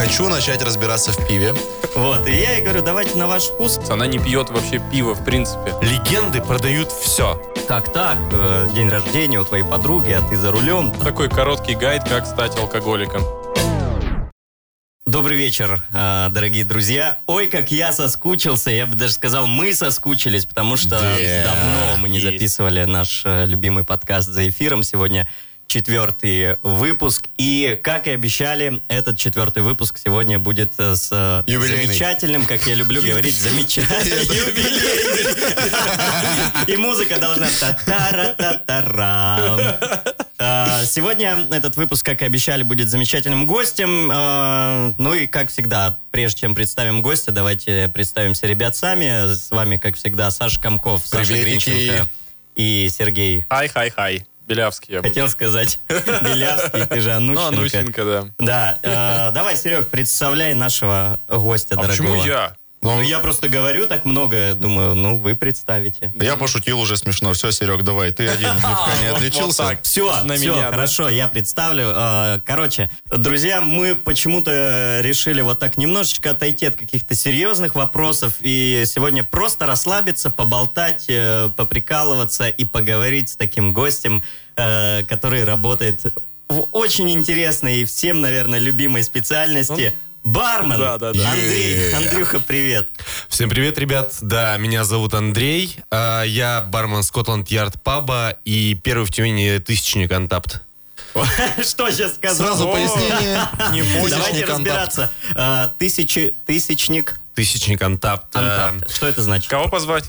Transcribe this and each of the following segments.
Хочу начать разбираться в пиве. Вот, и я ей говорю, давайте на ваш вкус. Она не пьет вообще пиво, в принципе. Легенды продают все. Как так? День рождения у твоей подруги, а ты за рулем. Такой короткий гайд, как стать алкоголиком. Добрый вечер, дорогие друзья. Ой, как я соскучился. Я бы даже сказал, мы соскучились, потому что давно мы не записывали наш любимый подкаст «За эфиром». Сегодня 4-й выпуск. И, как и обещали, этот 4-й выпуск сегодня будет с замечательным, как я люблю говорить, замечательным юбилейным. И музыка должна та-та-ра-та-та-рам. Сегодня этот выпуск, как и обещали, будет замечательным гостем. Ну и, как всегда, прежде чем представим гостя, давайте представимся ребят сами. С вами, как всегда, Саша Комков, Саша Гринченко и Сергей. Хай. Белявский, я хотел сказать. Белявский, ты же Анущенко. Ну, Анущенко, да. Да. Давай, Серег, представляй нашего гостя дорогого. Почему я? Ну, я просто говорю так много, думаю, вы представите. Я пошутил уже смешно. Все, Серег, давай, ты один не отличился. Все, хорошо, я представлю. Короче, друзья, мы почему-то решили вот так немножечко отойти от каких-то серьезных вопросов и сегодня просто расслабиться, поболтать, поприкалываться и поговорить с таким гостем, который работает в очень интересной и всем, наверное, любимой специальности – бармен. Да. Андрей. Андрюха, привет. Всем привет, ребят. Да, меня зовут Андрей. Я бармен Скотланд-Ярд паба и первый в Тюмени тысячник Untapped. Что сейчас сказал? Сразу пояснение. Давайте разбираться. Тысячник. Тысячник Untapped. Что это значит? Кого позвать?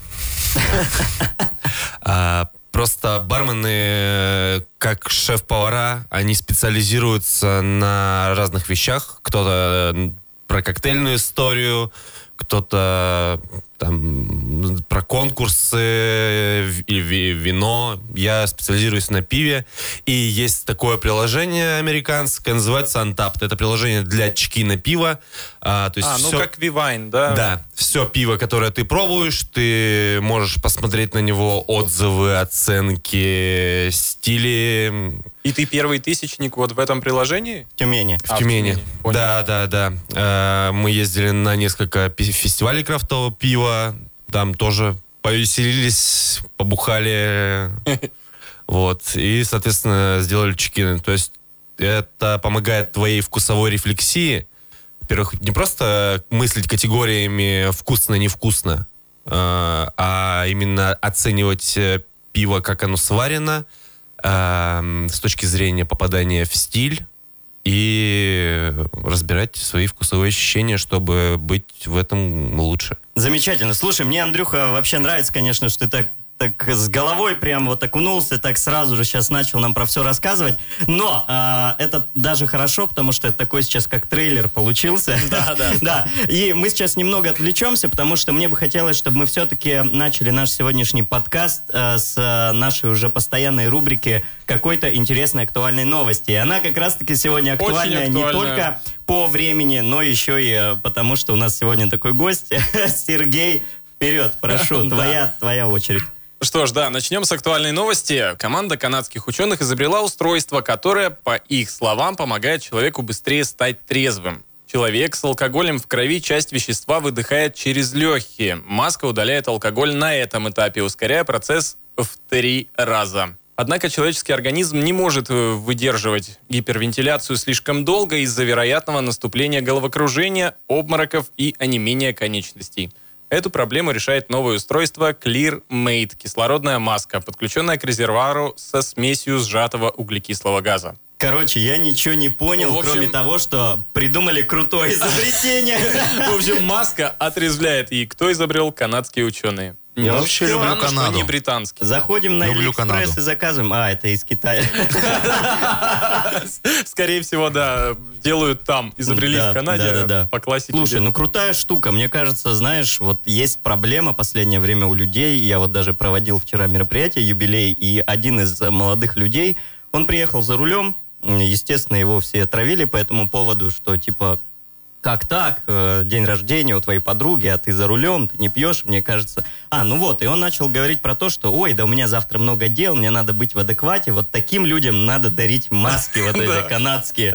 Просто бармены, как шеф-повара, они специализируются на разных вещах. Кто-то про коктейльную историю, кто-то там про конкурсы или вино. Я специализируюсь на пиве. И есть такое приложение американское, называется Untapped. Это приложение для чекина пива. То есть все, как Vivine, да? Да. Все пиво, которое ты пробуешь, ты можешь посмотреть на него отзывы, оценки, стили. И ты первый тысячник вот в этом приложении? В Тюмени. В Тюмени. Да. Мы ездили на несколько фестивалей крафтового пива. Там тоже повеселились, побухали. Вот. И, соответственно, сделали чекины. То есть это помогает твоей вкусовой рефлексии. Во-первых, не просто мыслить категориями вкусно-невкусно, а именно оценивать пиво, как оно сварено, с точки зрения попадания в стиль, и разбирать свои вкусовые ощущения, чтобы быть в этом лучше. Замечательно. Слушай, мне, Андрюха, вообще нравится, конечно, что ты так с головой прям вот окунулся, так сразу же сейчас начал нам про все рассказывать. Но это даже хорошо, потому что это такой сейчас как трейлер получился. Да. И мы сейчас немного отвлечемся, потому что мне бы хотелось, чтобы мы все-таки начали наш сегодняшний подкаст с нашей уже постоянной рубрики «Какой-то интересной актуальной новости». И она как раз-таки сегодня актуальная не только по времени, но еще и потому, что у нас сегодня такой гость. Сергей, вперед, прошу, твоя очередь. Что ж, начнем с актуальной новости. Команда канадских ученых изобрела устройство, которое, по их словам, помогает человеку быстрее стать трезвым. Человек с алкоголем в крови часть вещества выдыхает через легкие. Маска удаляет алкоголь на этом этапе, ускоряя процесс в 3 раза. Однако человеческий организм не может выдерживать гипервентиляцию слишком долго из-за вероятного наступления головокружения, обмороков и онемения конечностей. Эту проблему решает новое устройство ClearMate – кислородная маска, подключенная к резервуару со смесью сжатого углекислого газа. Короче, я ничего не понял, кроме того, что придумали крутое изобретение. В общем, маска отрезвляет. И кто изобрел? Канадские ученые. Я вообще люблю Канаду. Не британские. Заходим на Алиэкспресс и заказываем. Это из Китая. Скорее всего, да, делают там. Изобрели в Канаде по классике. Слушай, крутая штука. Мне кажется, знаешь, вот есть проблема в последнее время у людей. Я вот даже проводил вчера мероприятие, юбилей, и один из молодых людей, он приехал за рулем. Естественно, его все травили по этому поводу, что типа... Как так? День рождения у твоей подруги, а ты за рулем, ты не пьешь, мне кажется. И он начал говорить про то, что, ой, да у меня завтра много дел, мне надо быть в адеквате, вот таким людям надо дарить маски вот эти канадские.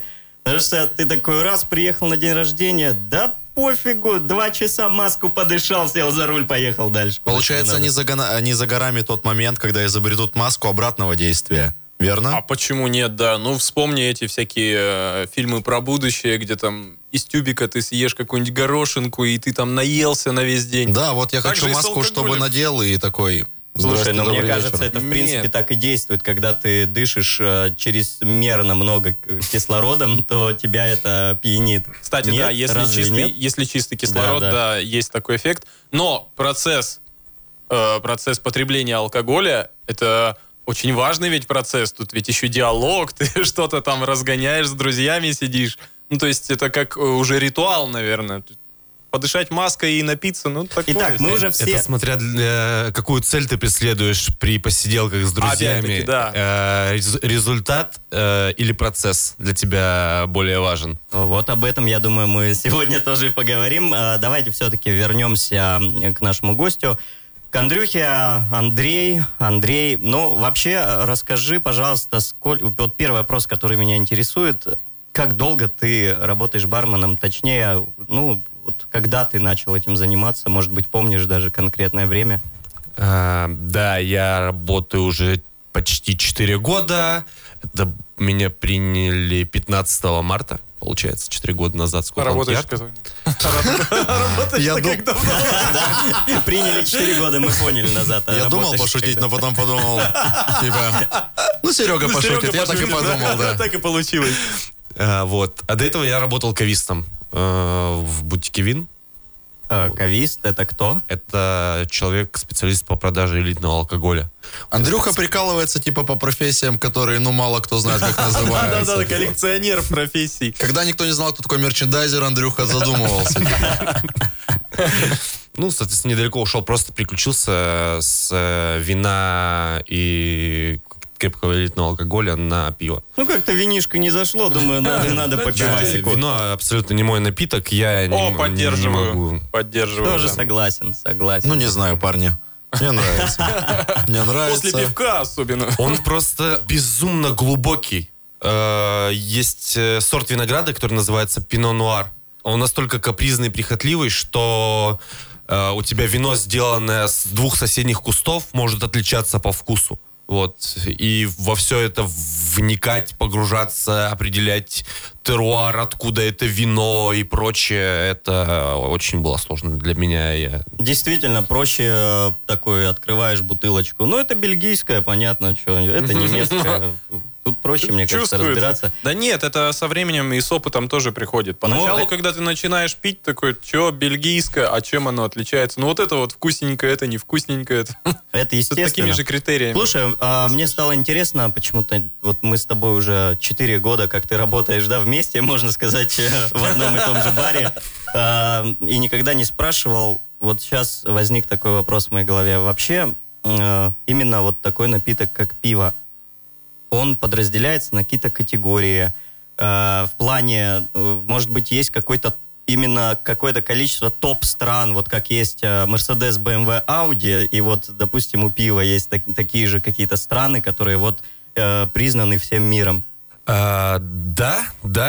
Потому что ты такой раз приехал на день рождения, да пофигу, 2 часа маску подышал, сел за руль, поехал дальше. Получается, не за горами тот момент, когда изобретут маску обратного действия. Верно? А почему нет, да? Ну, вспомни эти всякие фильмы про будущее, где там из тюбика ты съешь какую-нибудь горошинку, и ты там наелся на весь день. Да, вот я Так хочу же и с маску, чтобы алкоголем. надел, и такой... Слушай, ну мне добрый кажется, вечер. это в принципе Нет. так и действует. Когда ты дышишь чрезмерно много кислородом, то тебя это пьянит. Кстати, Нет? да, если Разве чистый, нет? если чистый кислород, Да, да, да. есть такой эффект. Но процесс потребления алкоголя, это очень важный ведь процесс. Тут ведь еще диалог, ты что-то там разгоняешь, с друзьями сидишь. Ну, то есть это как уже ритуал, наверное. Подышать маской и напиться, ну, такое. Итак, мы уже все... Это смотря какую цель ты преследуешь при посиделках с друзьями. Опять-таки, да. Результат или процесс для тебя более важен? Вот об этом, я думаю, мы сегодня тоже и поговорим. Давайте все-таки вернемся к нашему гостю. К Андрюхе. Андрей, ну, вообще, расскажи, пожалуйста, вот первый вопрос, который меня интересует. Как долго ты работаешь барменом? Точнее, ну, вот когда ты начал этим заниматься? Может быть, помнишь даже конкретное время? Да, я работаю уже почти 4 года. Это меня приняли 15 марта, получается, 4 года назад. Сколько Работаешь, Я дум- Приняли 4 года, мы поняли назад. а Я думал работаешь пошутить, когда? но потом подумал, типа, ну, Серега пошутит, я так и подумал, да. Так и получилось. Вот. А до этого я работал кавистом в бутике вин. Кавист, это кто? Это человек-специалист по продаже элитного алкоголя. Андрюха прикалывается, типа, по профессиям, которые, ну, мало кто знает, как называются. Да-да-да, коллекционер профессий. Когда никто не знал, кто такой мерчендайзер, Андрюха задумывался. Ну, соответственно, недалеко ушел, просто переключился с вина и крепкого элитного алкоголя на пиво. Ну, как-то винишко не зашло, думаю, надо по пивасику. Вино абсолютно не мой напиток, я не Поддерживаю. могу. Поддерживаю. Тоже да. согласен. Ну, не знаю, парни. Мне нравится. Мне После нравится. пивка особенно. Он просто безумно глубокий. Есть сорт винограда, который называется пино нуар. Он настолько капризный и прихотливый, что у тебя вино, сделанное с 2 соседних кустов, может отличаться по вкусу. Вот. И во все это вникать, погружаться, определять теруар, откуда это вино и прочее, это очень было сложно для меня. Действительно, проще такой открываешь бутылочку. Ну, это бельгийская, понятно, что это немецкая. Тут проще, мне кажется, Чувствуется. разбираться. Да нет, это со временем и с опытом тоже приходит. Поначалу, Ну, когда ты начинаешь пить, такой, что бельгийское, а чем оно отличается? Ну вот это вот вкусненькое, это невкусненькое. Это С естественно. такими же критериями. Слушай, мне стало интересно, почему-то вот мы с тобой уже 4 года, как ты работаешь, да, вместе, можно сказать, в одном и том же баре, и никогда не спрашивал. Вот сейчас возник такой вопрос в моей голове. Вообще, именно вот такой напиток, как пиво, он подразделяется на какие-то категории. В плане, может быть, есть именно какое-то количество топ-стран, вот как есть Mercedes, BMW, Audi, и вот, допустим, у пива есть такие же какие-то страны, которые вот признаны всем миром. Да.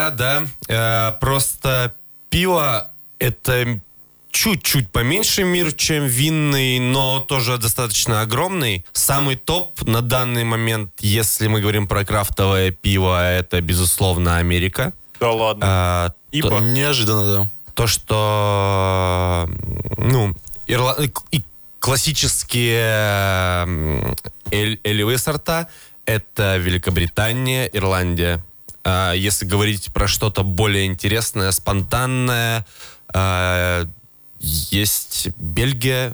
Просто пиво — это чуть-чуть поменьше мир, чем винный, но тоже достаточно огромный. Самый топ на данный момент, если мы говорим про крафтовое пиво, это, безусловно, Америка. Да ладно. То, Неожиданно, да. то, что и классические элевые сорта — это Великобритания, Ирландия. Если говорить про что-то более интересное, спонтанное, есть Бельгия,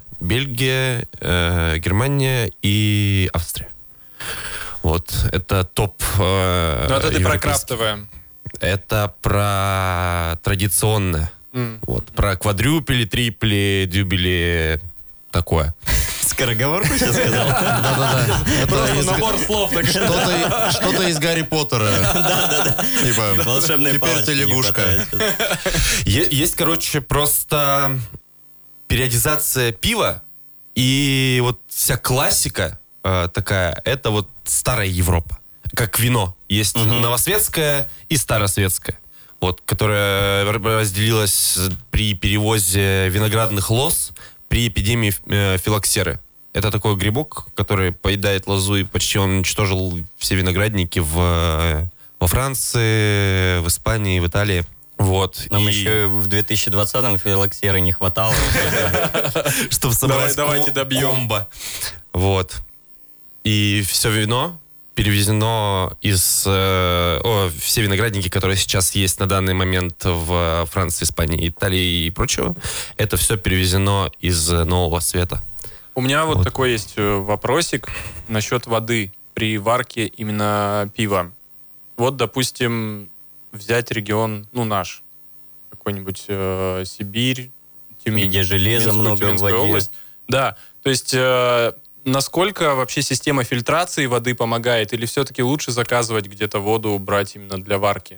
Германия и Австрия. Вот, это топ. Ну это ты про крафтовое. Это про традиционное. Вот, про квадрюпели, трипли, дюбели, такое. Скороговорку сейчас сказал? Да-да-да. Просто набор слов. Что-то из Гарри Поттера. Типа, Волшебной теперь палочки ты не лягушка. хватает. Есть, короче, просто периодизация пива, и вот вся классика такая, это вот старая Европа. Как вино. Есть новосветское и старосветское. вот, которая разделилась при перевозе виноградных лоз при эпидемии филоксеры. Это такой грибок, который поедает лозу, и почти он уничтожил все виноградники во Франции, в Испании, в Италии. Вот. Нам еще в 2020-м филоксеры не хватало. Чтобы собрать Давайте добьем. комбо. Вот. И все вино перевезено все виноградники, которые сейчас есть на данный момент в Франции, Испании, Италии и прочего, это все перевезено из Нового Света. У меня вот такой есть вопросик насчет воды при варке именно пива. Вот, допустим, взять регион, наш, какой-нибудь Сибирь, Тюмень. Где железа Минскую, много в Тюменскую воде. область. Да, то есть насколько вообще система фильтрации воды помогает? Или все-таки лучше заказывать где-то воду, брать именно для варки?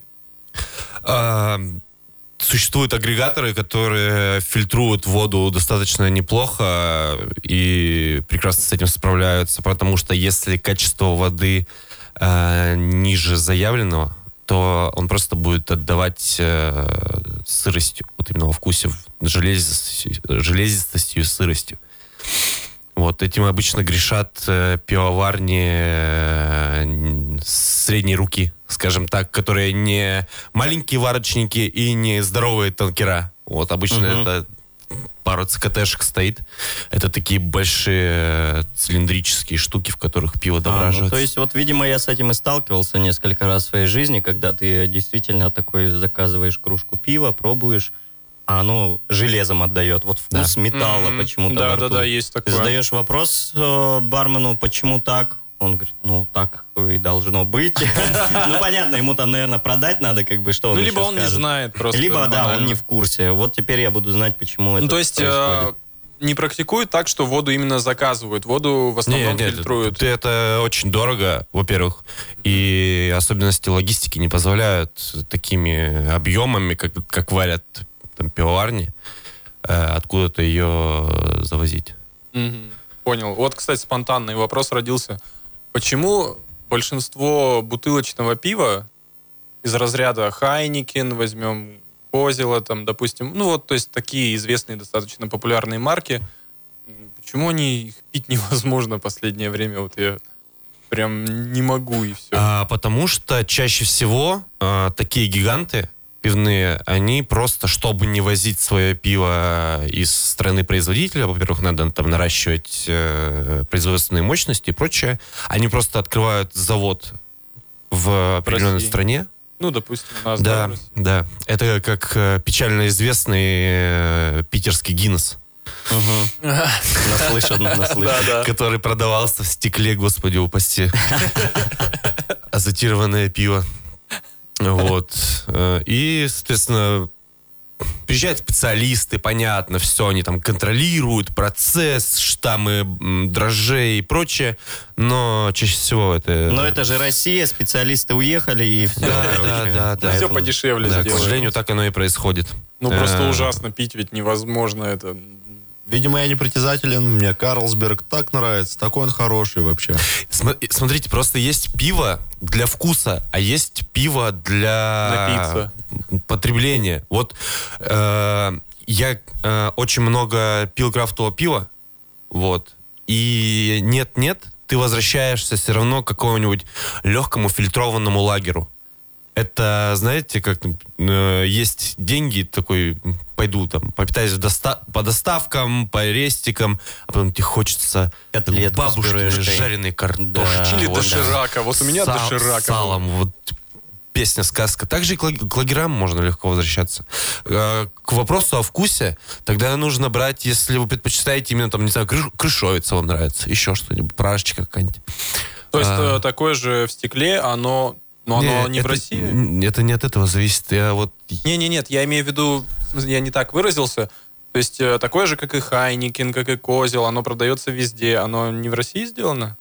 Существуют агрегаторы, которые фильтруют воду достаточно неплохо и прекрасно с этим справляются, потому что если качество воды ниже заявленного, то он просто будет отдавать сыростью, вот именно во вкусе, железистостью и сыростью. Вот этим обычно грешат пивоварни средней руки, скажем так, которые не маленькие варочники и не здоровые танкера. Вот обычно это пара ЦКТшек стоит. Это такие большие цилиндрические штуки, в которых пиво дображивается. То есть, вот, видимо, я с этим и сталкивался несколько раз в своей жизни, когда ты действительно такой заказываешь кружку пива, пробуешь, а оно железом отдает. Вот вкус металла почему-то во рту. Да, есть Ты такое. задаешь вопрос бармену, почему так? Он говорит, так и должно быть. Ну, понятно, ему там, наверное, продать надо, что он либо еще он не скажет. знает просто. Либо, да, банально. он не в курсе. Вот теперь я буду знать, почему это То есть происходит. не практикуют так, что воду именно заказывают. Воду в основном фильтруют. Это очень дорого, во-первых. И особенности логистики не позволяют такими объемами, как варят там пивоварни, откуда-то ее завозить. Понял. Вот, кстати, спонтанный вопрос родился. Почему большинство бутылочного пива из разряда Хайникен, возьмем Козела, там, допустим, то есть такие известные, достаточно популярные марки, почему их пить невозможно в последнее время? Вот я прям не могу, и все. Потому что чаще всего такие гиганты пивные, они просто, чтобы не возить свое пиво из страны производителя, во-первых, надо там наращивать производственные мощности и прочее, они просто открывают завод в определенной стране. Допустим, у нас. Да. Это как печально известный питерский Гиннес. Наслышан. Который продавался в стекле, господи упаси. Азотированное пиво. Вот. И, соответственно, приезжают специалисты, понятно, все, они там контролируют процесс, штаммы дрожжей и прочее, но чаще всего это... Но это же Россия, специалисты уехали, и все. Да. Все подешевле Да, к сделают. сожалению, так оно и происходит. Просто ужасно пить ведь невозможно это. Видимо, я не притязателен, мне Карлсберг так нравится, такой он хороший вообще. Смотрите, просто есть пиво для вкуса, а есть пиво для потребления. Вот я очень много пил крафтового пива, вот, и нет-нет, ты возвращаешься все равно к какому-нибудь легкому фильтрованному лагеру. Это, знаете, как есть деньги, такой, пойду там, попитаюсь по доставкам, по рестикам, а потом тебе хочется котлетку бабушкиной жареной картошки. Да. Или вот доширака. Вот у меня доширака. Салом, вот песня, сказка. Также и к лагерам можно легко возвращаться. К вопросу о вкусе, тогда нужно брать, если вы предпочитаете именно, там, не знаю, крышовица вам нравится, еще что-нибудь, пражечка какая-нибудь. То есть такое же в стекле, оно не в России? Это не от этого зависит. Нет, я имею в виду, я не так выразился. То есть такое же, как и Хайникен, как и Козел, оно продается везде. Оно не в России сделано?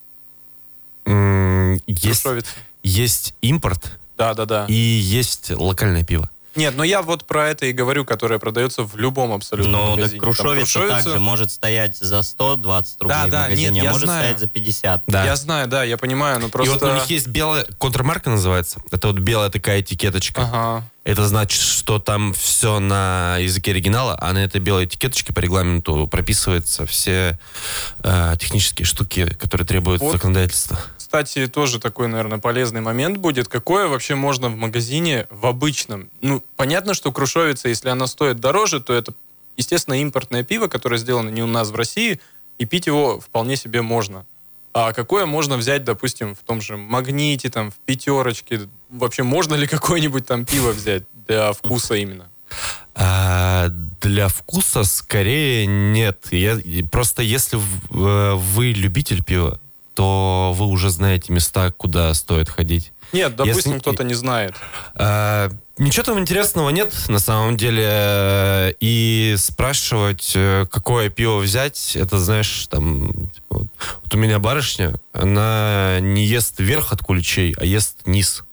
Есть импорт. Да. И есть локальное пиво. Нет, но я вот про это и говорю, которое продается в любом абсолютно Ну, так магазине. Там крушовица также может стоять за 120 рублей Да, в да, магазине, нет, а я может знаю. стоять за 50. Да. Я знаю, да, я понимаю, но И просто... вот у них есть белая, контрмарка называется. Это вот белая такая этикеточка. Ага. Это значит, что там все на языке оригинала, а на этой белой этикеточке по регламенту прописываются все технические штуки, которые требуют Вот. законодательства. Кстати, тоже такой, наверное, полезный момент будет. Какое вообще можно в магазине в обычном? Ну, понятно, что крушовица, если она стоит дороже, то это, естественно, импортное пиво, которое сделано не у нас в России, и пить его вполне себе можно. А какое можно взять, допустим, в том же Магните, там, в Пятерочке? Вообще, можно ли какое-нибудь там пиво взять для вкуса именно? Для вкуса скорее нет. Просто если вы любитель пива, то вы уже знаете места, куда стоит ходить. Нет, допустим, Если- кто-то не знает. Ничего там интересного нет, на самом деле. И спрашивать, какое пиво взять, это, знаешь, там... типа, вот у меня барышня, она не ест верх от куличей, а ест низ.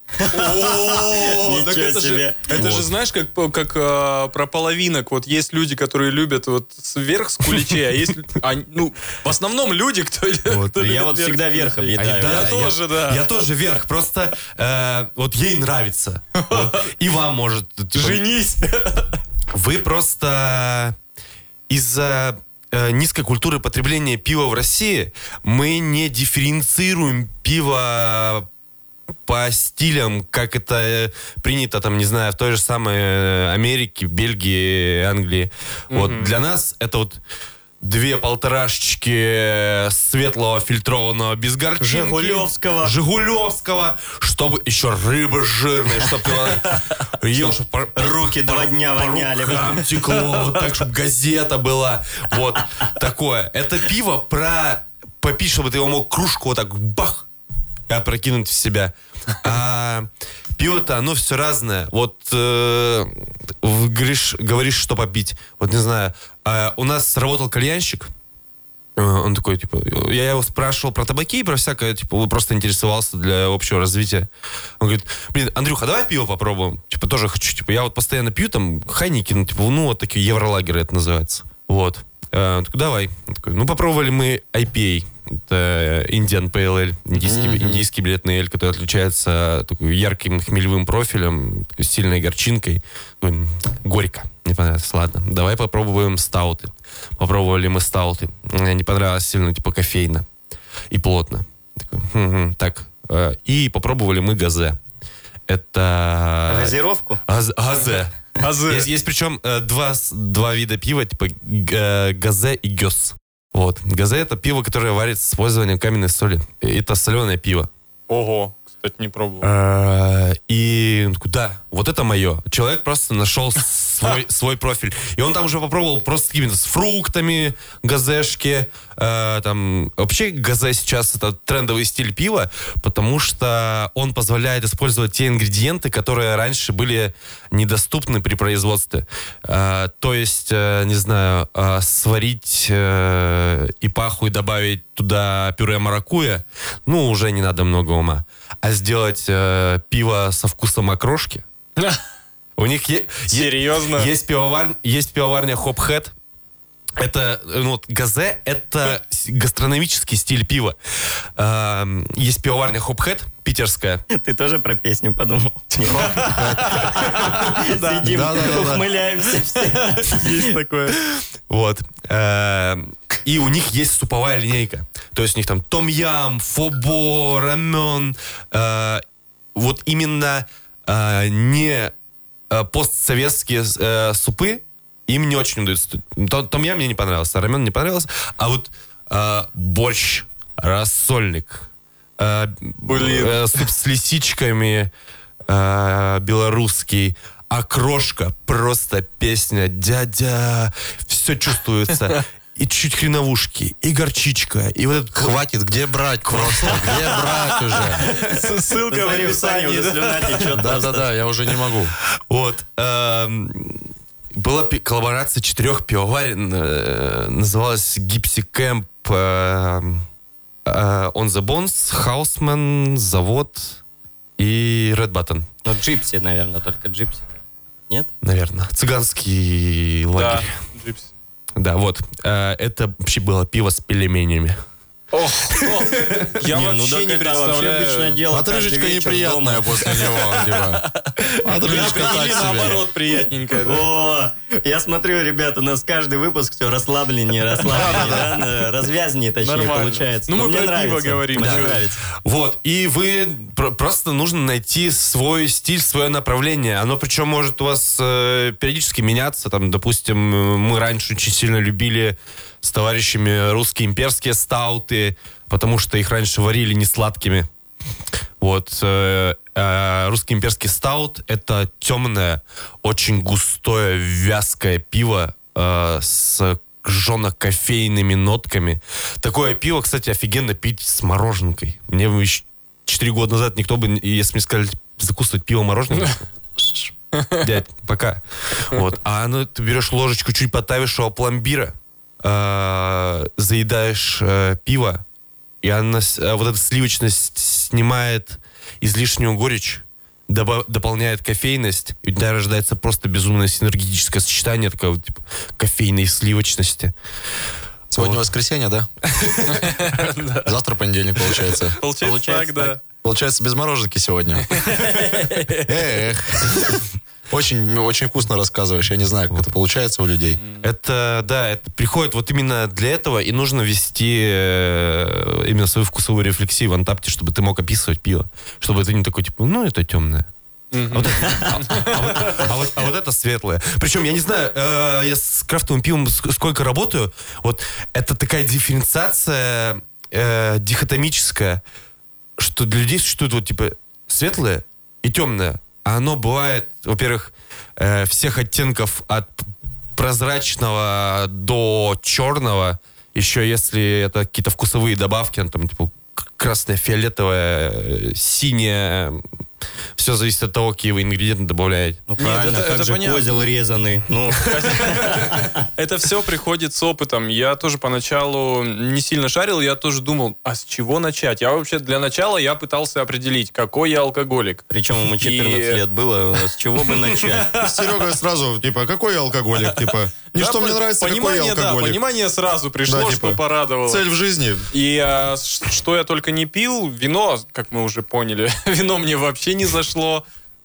О, так Ничего это себе. же, это же, знаешь, как про половинок. Вот есть люди, которые любят вот сверх с куличей, а есть, ну, в основном люди, кто Вот. кто Я любит вот вверх всегда с верх куличей. объедаю. Я тоже, да. Я тоже верх, просто вот ей нравится. Вот. И вам может. типа, Женись. Вы просто из-за низкой культуры потребления пива в России мы не дифференцируем пиво по стилям, как это принято, там, не знаю, в той же самой Америке, Бельгии, Англии. Вот для нас это вот 2 полторашечки светлого фильтрованного без горчинки. Жигулевского, чтобы еще рыба жирная, чтобы ее Руки 2 дня воняли. рукам текло, вот так, чтобы газета была. Вот такое. Это пиво попить, чтобы ты его мог кружку вот так бах и опрокинуть в себя. А пиво-то, оно все разное. Вот говоришь, что попить. Вот не знаю, у нас работал кальянщик. Он такой, типа, я его спрашивал про табаки и про всякое, типа, просто интересовался для общего развития. Он говорит, блин, Андрюха, давай пиво попробуем. Типа, тоже хочу, типа, я вот постоянно пью там Хайники, ну, типа, ну, вот такие евролагеры это называется. Вот. Он такой, давай. Он такой, ну, попробовали мы IPA. Это Indian Pale Ale, индийский билетный эль, который отличается такой ярким хмелевым профилем, такой сильной горчинкой. Такой, горько. Не понравилось. Ладно, давай попробуем стауты. Попробовали мы стауты. Мне не понравилось сильно, типа кофейно и плотно. Такой, так. И попробовали мы газе. Это... Газировку? Газе. Есть причем два вида пива, типа газе и гёс. Вот. Газе — это пиво, которое варится с использованием каменной соли. Это соленое пиво. Ого, кстати, не пробовал. И он такой, да, вот это мое. Человек просто нашел свой профиль. И он там уже попробовал просто с какими-то с фруктами, газешки. Там. Вообще газе сейчас это трендовый стиль пива, потому что он позволяет использовать те ингредиенты, которые раньше были недоступны при производстве. То есть, не знаю, сварить ипаху и добавить туда пюре маракуйя, ну, уже не надо много ума. А сделать пиво со вкусом окрошки. У них Серьезно? есть пивоварня Hophead. Это, ну, вот, газе — это гастрономический стиль пива. Есть пивоварня Hophead, питерская. Ты тоже про песню подумал? Сидим, Да. ухмыляемся все. Есть такое. Вот. И у них есть суповая линейка. То есть у них там том-ям, фобо, рамен. Вот именно не постсоветские супы им не очень удается. Том-ям мне не понравился, рамен не понравился. А вот борщ, рассольник, суп с лисичками, белорусский, окрошка, просто песня, дядя, все чувствуется. И чуть-чуть хреновушки, и горчичка, и вот этот... Хватит, где брать просто? Где брать уже? Ссылка в Смотри, у Сани описании. уже да? слюна течет. Да-да-да, я уже не могу. Вот. Была коллаборация 4 пивоварен, называлась Gypsy Camp, On the Bones, Houseman, Завод и Red Button. Ну, джипси, наверное, только джипси. Нет? наверное. Цыганский лагерь. Да, джипси. Да, вот. Это вообще было пиво с пельменями. Я Не, ну вообще так не это вообще обычное представляю. дело. Отрыжечка каждый вечер неприятная дома. после него, типа. Отрыжечка так Или себе. наоборот приятненькая. да. О, я смотрю, ребят, у нас каждый выпуск все расслабленнее, да, развязнее, точнее, Нормально. получается. Ну, Но мы мне про пиво нравится. говорим, Мне да. нравится. Вот, и вы просто нужно найти свой стиль, свое направление. Оно причем может у вас периодически меняться. Там, допустим, мы раньше очень сильно любили с товарищами русские имперские стауты, потому что их раньше варили не сладкими. Вот. Русский имперский стаут — это темное, очень густое, вязкое пиво с жжено-кофейными нотками. Такое пиво, кстати, офигенно пить с мороженкой. Мне еще 4 года назад никто бы, если мне сказали закусывать пиво мороженым, дядь, пока. Вот. А оно, ты берешь ложечку чуть подтаявшего пломбира, заедаешь пиво, и она, вот эта сливочность снимает излишнюю горечь, дополняет кофейность, и у тебя рождается просто безумное синергетическое сочетание такое вот, типа, кофейной сливочности. Сегодня Вот. воскресенье, да? Завтра понедельник, получается. Получается так, да. Получается, без мороженки сегодня. Эх. Очень, очень вкусно рассказываешь. Я не знаю, как это получается у людей. Это, да, это приходит вот именно для этого, и нужно вести именно свою вкусовую рефлексию в Антапте, чтобы ты мог описывать пиво. Чтобы ты не такой, типа, ну, это темное. А вот это светлое. Причем, я не знаю, я с крафтовым пивом сколько работаю, вот это такая дифференциация дихотомическая, что для людей существует вот типа светлое и темное. А оно бывает, во-первых, всех оттенков от прозрачного до черного. Еще если это какие-то вкусовые добавки, там типа красное, фиолетовое, синее. Все зависит от того, какие вы ингредиенты добавляете. Ну, правильно, это как же понятно. козел резанный. Ну, Это все приходит с опытом. Я тоже поначалу не сильно шарил, я тоже думал, а с чего начать? Я вообще для начала я пытался определить, какой я алкоголик. причем ему 14 лет было, с чего бы начать? Серега сразу, типа, какой я алкоголик? Типа, ничто Да, мне нравится, какой я понимание, да, алкоголик. понимание сразу пришло, Да, типа, что порадовало. Цель в жизни. И что я только не пил, вино, как мы уже поняли, вино мне вообще не зашло.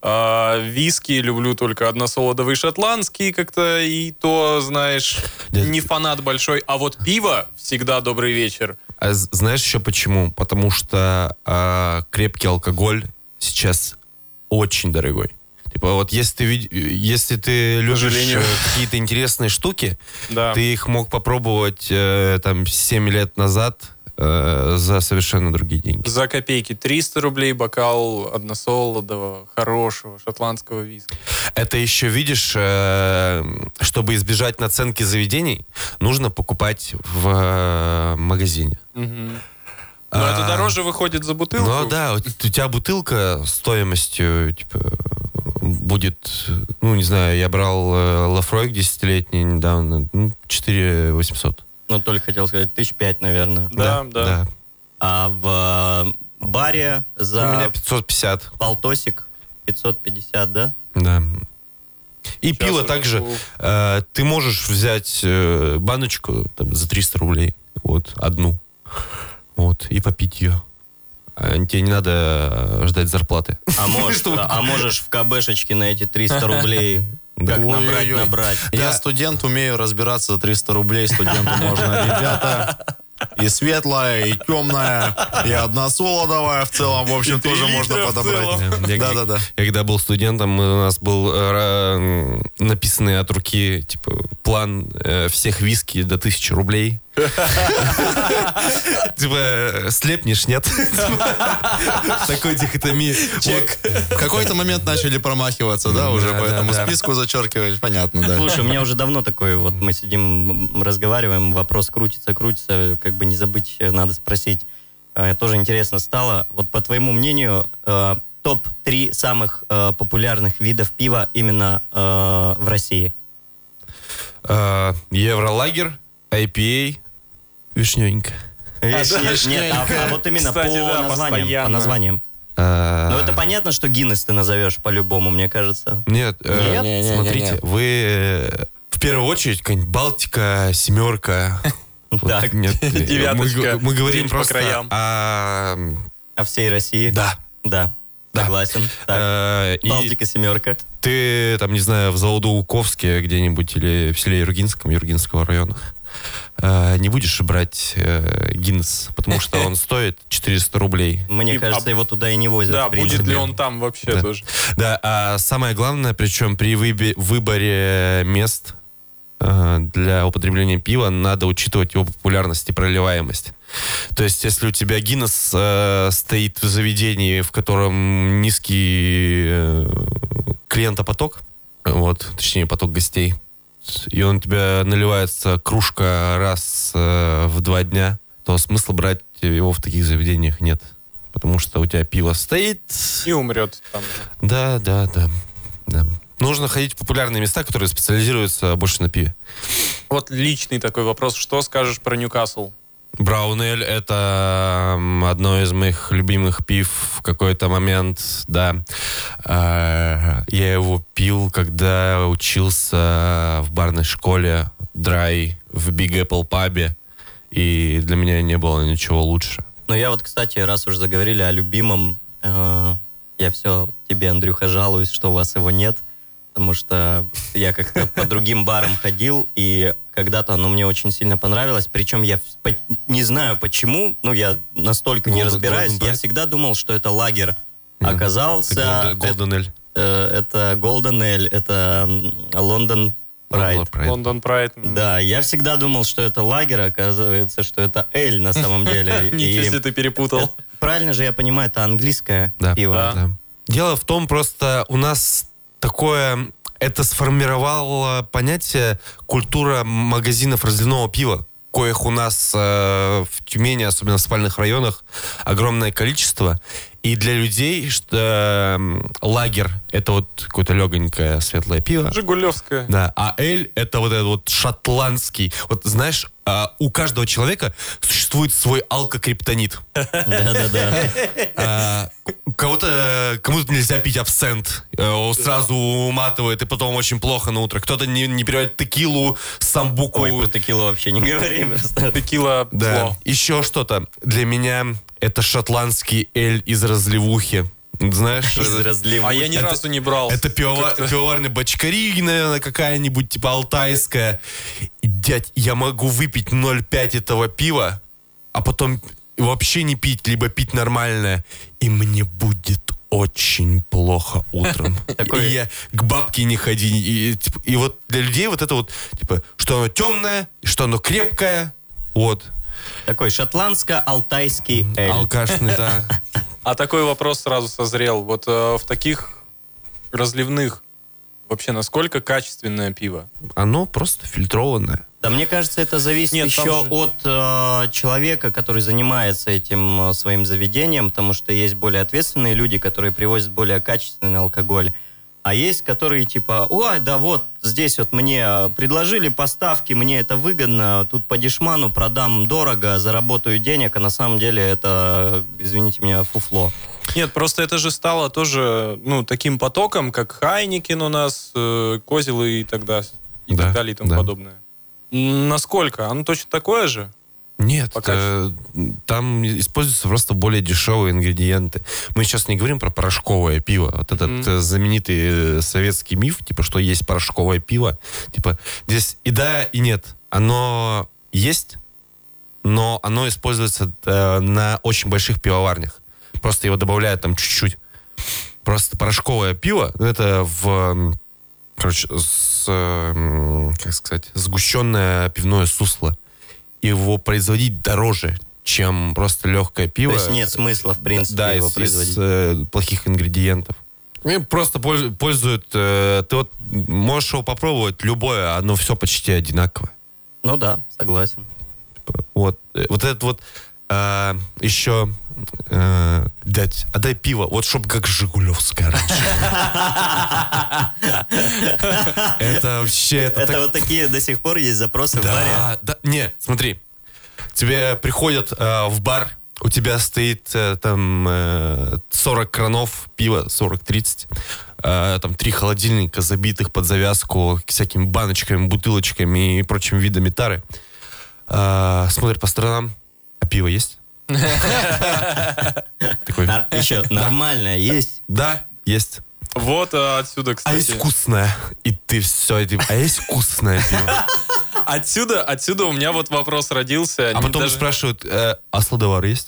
Виски люблю только односолодовый шотландский как-то, и то, знаешь, не фанат большой. А вот пиво всегда добрый вечер. А знаешь еще почему? Потому что крепкий алкоголь сейчас очень дорогой. Типа вот если ты любишь сожалению. какие-то интересные штуки, Да. ты их мог попробовать там 7 лет назад за совершенно другие деньги. За копейки 300 рублей бокал односолодового, хорошего шотландского виски. Это еще, видишь, чтобы избежать наценки заведений, нужно покупать в магазине. Мгм. Но это дороже выходит за бутылку. Ну да, вот у тебя бутылка стоимостью, типа, будет, ну, не знаю, я брал Лафройк 10-летний недавно, 4800. Ну, только хотел сказать, 5 наверное. Да. А в баре У за меня 550. полтосик 550, да? Да. И Сейчас пиво уже также. купил. Ты можешь взять баночку там, за 300 рублей, вот, одну, вот, и попить ее. Тебе не надо ждать зарплаты. А можешь в КБшечке на эти 300 рублей как Ой-ой-ой. набрать. Я студент, умею разбираться за 300 рублей. Студенту можно, ребята. И светлая, и темная, и односолодовая в целом, в общем, И 3 тоже можно литра в подобрать. целом. Да-да-да. Я когда был студентом, у нас был написанный от руки типа план всех виски до 1000 рублей. Типа, слепнешь, нет? Такой дихотомии. Чек. В какой-то момент начали промахиваться, да, уже Да, по этому да. списку зачеркивать. Понятно, да. Слушай, у меня уже давно такой, вот мы сидим, разговариваем, вопрос крутится, как бы не забыть, надо спросить. Тоже интересно стало. Вот по твоему мнению, топ-3 самых популярных видов пива именно в России? Евролагер, IPA, вишневенька. Нет, а вот именно Кстати, да, по названиям. постоянно. По названиям. Ну, это понятно, что Гиннес ты назовешь по-любому, мне кажется. Нет, Не-не-не-не-не. смотрите, вы в первую очередь какая-нибудь Балтика, семерка. Так, Нет, Девяточка, мы говорим где-нибудь по просто краям. о всей России? Да. Да, Да. согласен. Так, И Балтика, семерка. ты, там, не знаю, в Заводоуковске где-нибудь или в селе Юргинском, Юргинского района, не будешь брать Гиннес, потому что он стоит 400 рублей. Мне И- кажется, его туда и не возят. Да, в принципе. будет ли он там вообще Да. тоже? Да, а самое главное, причем при выборе мест для употребления пива надо учитывать его популярность и проливаемость. То есть, если у тебя Гиннес стоит в заведении, в котором низкий клиентопоток, вот, точнее, поток гостей, и он у тебя наливается кружка раз в 2 дня, то смысла брать его в таких заведениях нет. Потому что у тебя пиво стоит. И умрет там. Да. Нужно ходить в популярные места, которые специализируются больше на пиве. Вот личный такой вопрос. Что скажешь про Ньюкасл? Браунель — это одно из моих любимых пив в какой-то момент, да. Я его пил, когда учился в барной школе Dry в Big Apple пабе, и для меня не было ничего лучше. Ну, я вот, кстати, раз уж заговорили о любимом, я все тебе, Андрюха, жалуюсь, что у вас его нет, потому что я как-то по другим барам ходил, и когда-то оно мне очень сильно понравилось, причем я не знаю почему, ну, я настолько не разбираюсь, Golden я Pride? всегда думал, что это лагерь. Оказался... Golden Ale. Это Golden Ale, это London Pride. Лондон Прайд. Да, я всегда думал, что это лагерь, оказывается, что это эль на самом деле. Ничего И себе ты перепутал. правильно же я понимаю, это английское Да. пиво. Да. Дело в том, просто у нас такое... Это сформировало понятие культура магазинов разливного пива, коих у нас в Тюмени, особенно в спальных районах, огромное количество. И для людей что, лагерь — это вот какое-то легонькое светлое пиво. Жигулевская. Да, а эль — это вот этот вот шотландский. Вот знаешь, у каждого человека существует свой алкокриптонит. Да-да-да. Кому-то нельзя пить абсент, он сразу уматывает, и потом очень плохо на утро. Кто-то не переводит текилу, самбуку. Ой, про текилу вообще не говори просто. Текила Да. зло. Еще что-то. Для меня это шотландский эль из разливухи. Знаешь, Из это- разливухи. А я ни разу не брал. это пивоварня Бочкари, наверное, какая-нибудь, типа алтайская. И, дядь, я могу выпить 0,5 этого пива, а потом вообще не пить, либо пить нормальное, и мне будет очень плохо утром. Такой- И я к бабке не ходи. И вот для людей вот это вот, типа, что оно темное, что оно крепкое, вот. Такой шотландско-алтайский эль. Алкашный, да. А такой вопрос сразу созрел. Вот в таких разливных вообще насколько качественное пиво? Оно просто фильтрованное. Да, мне кажется, это зависит Нет, там еще же- от человека, который занимается этим своим заведением, потому что есть более ответственные люди, которые привозят более качественный алкоголь. А есть, которые типа, ой, да вот, здесь вот мне предложили поставки, мне это выгодно, тут по дешману продам дорого, заработаю денег, а на самом деле это, извините меня, фуфло. Нет, просто это же стало тоже, ну, таким потоком, как Хайникен у нас, Козелы и так далее, Да, и тому да. подобное. Насколько? Оно точно такое же? Нет, По качеству. там используются просто более дешевые ингредиенты. Мы сейчас не говорим про порошковое пиво. Вот этот знаменитый советский миф, типа, что есть порошковое пиво. Типа, здесь и да, и нет. Оно есть, но оно используется на очень больших пивоварнях. Просто его добавляют там чуть-чуть. Просто порошковое пиво, это короче, как сказать, сгущенное пивное сусло. Его производить дороже, чем просто легкое пиво. То есть нет смысла, в принципе, Да, его из производить. плохих ингредиентов. И просто пользуют... Ты вот можешь его попробовать, любое, оно все почти одинаковое. Ну да, согласен. Вот этот вот еще... Дать, отдай пиво, вот чтоб как Жигулевская раньше. Это вообще... Это вот такие до сих пор есть запросы в баре. Да, не, смотри. Тебе приходят в бар у тебя стоит там 40 кранов пива, 40-30, там 3 холодильника, забитых под завязку всякими баночками, бутылочками и прочими видами тары. Смотрит по сторонам, а пиво есть? Такой, Еще нормальное есть? да, есть. Вот отсюда, А кстати. есть вкусное. И ты все, а есть вкусное пиво. Отсюда у меня вот вопрос родился. А потом Даже- спрашивают, а сладовар есть?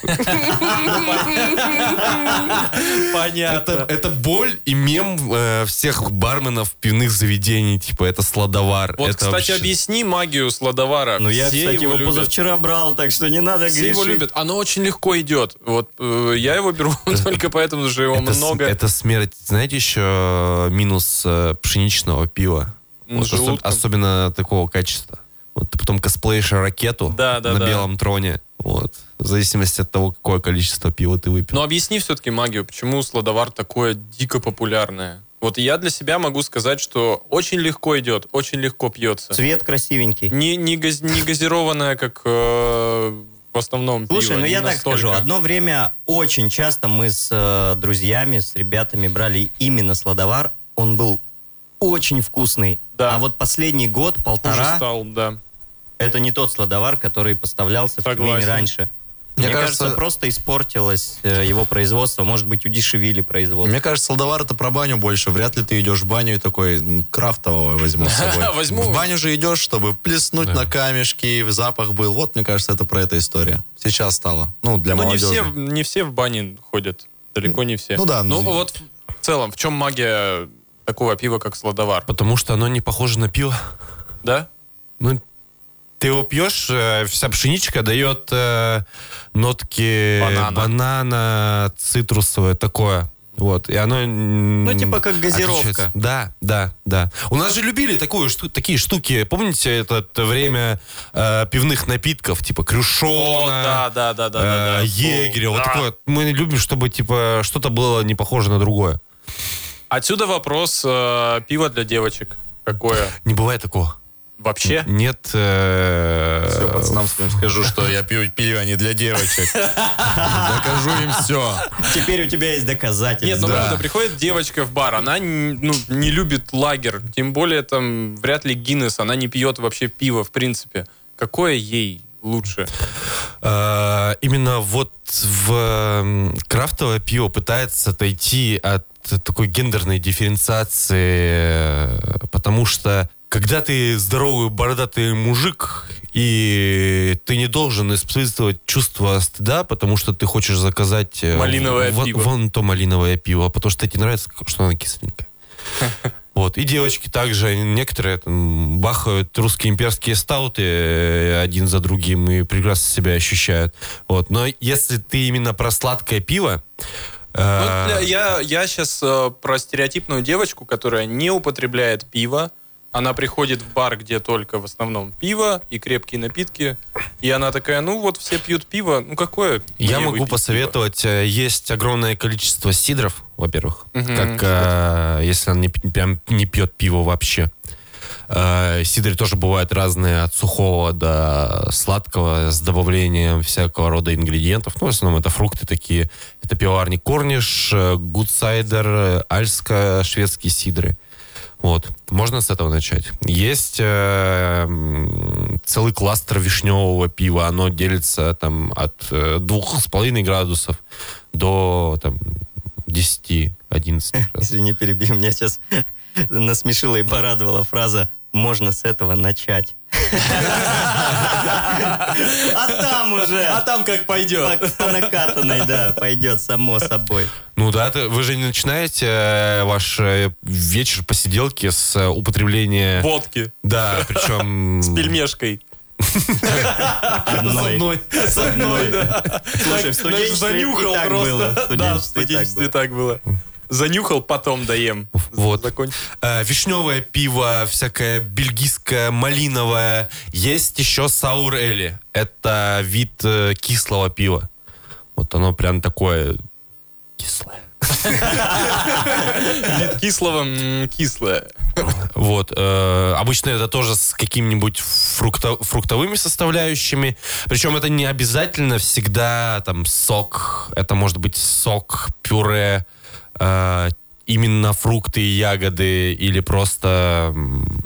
Понятно. Это боль и мем всех барменов пивных заведений. Типа, это сладовар. Вот, это кстати, вообще- объясни магию сладовара. Ну, я, Все кстати, его любят. позавчера брал, так что не надо Все его грешить. любят. Оно очень легко идет. Вот я его беру только поэтому, что его много. Это смерть. Знаете, еще минус пшеничного пива. Вот Желудком. особенно такого качества. Вот ты потом косплеишь ракету Да, на белом троне. Вот. В зависимости от того, какое количество пива ты выпил. Но объясни все-таки магию, почему сладовар такое дико популярное. Вот я для себя могу сказать, что очень легко идет, очень легко пьется. Цвет красивенький. Не газированное, как в основном Слушай, пиво. ну не я так настолько. скажу, одно время очень часто мы с друзьями, с ребятами брали именно сладовар. Он был очень вкусный. Да. А вот последний Уже год-полтора, стал, да. это не тот сладовар, который поставлялся в Тюмени Согласен. раньше. Мне Мне кажется, кажется, просто испортилось его производство. Может быть, удешевили производство. Мне кажется, сладовар это про баню больше. Вряд ли ты идешь в баню и такой крафтового возьму с собой. Возьму. В баню же идешь, чтобы плеснуть на камешки, запах был. Вот, мне кажется, это про эту историю. Сейчас стало. Ну, для Ну, молодежи. не все в бане ходят. Далеко не все. Ну да, Ну, ну, вот в целом, в чем магия такого пива, как сладовар? Потому что оно не похоже на пиво. Да? Ну, ты его пьешь, вся пшеничка дает нотки банана, цитрусовое, такое. Вот, и оно... Ну, типа как газировка. отличается. Да. У нас же любили такие штуки. Помните это время пивных напитков, типа крюшона, Да. егеря, вот такое. Мы любим, чтобы типа что-то было не похоже на другое. Отсюда вопрос пива для девочек. Какое? Не бывает такого. Вообще? Нет. Все, пацанам своим скажу, что я пью пиво не для девочек. Докажу им все. Теперь у тебя есть доказательства. Нет, ну Да. правда, приходит девочка в бар, она не любит лагер, тем более там вряд ли Гиннес, она не пьет вообще пиво, в принципе. Какое ей лучше? Именно вот в крафтовое пиво пытается отойти от такой гендерной дифференциации, потому что когда ты здоровый бородатый мужик, и ты не должен испытывать чувство стыда, потому что ты хочешь заказать Малиновое пиво. вон то малиновое пиво, потому что тебе нравится, что оно кисленькое. Вот. И девочки также, некоторые там, бахают русские имперские стауты один за другим и прекрасно себя ощущают. Вот. Но если ты именно про сладкое пиво, Я сейчас про стереотипную девочку, которая не употребляет пиво. Она приходит в бар, где только в основном пиво и крепкие напитки. И она такая, ну вот все пьют пиво, ну какое? я мне могу выпить посоветовать, есть огромное количество сидров, во-первых, Мгм. как если он прям не пьет пиво вообще. Сидры тоже бывают разные, от сухого до сладкого, с добавлением всякого рода ингредиентов. Ну, в основном это фрукты такие. Это пивоварник Корниш, Гудсайдер, Альска, шведские сидры. Вот. Можно с этого начать. Есть целый кластер вишневого пива. Оно делится там от 2,5 градусов до там, 10-11 градусов. Извини, перебью. Меня сейчас насмешила и порадовала фраза «можно с этого начать». А там уже... А там как пойдет. По накатанной, да, пойдет само собой. Ну да, вы же не начинаете ваш вечер посиделки с употребления... Водки Да, причем... с пельмешкой. Одной. С одной, да. Слушай, в студенчестве и так было. Да, в студенчестве так было. Занюхал, потом доем. Вот. Закончил. Вишневое пиво, всякое бельгийское, малиновое. Есть еще саур-эли. Это вид кислого пива. Вот оно прям такое кислое. Вид кислого, кислое. Вот. Обычно это тоже с какими-нибудь фруктовыми составляющими. Причем это не обязательно всегда там сок. Это может быть сок, пюре, именно фрукты и ягоды или просто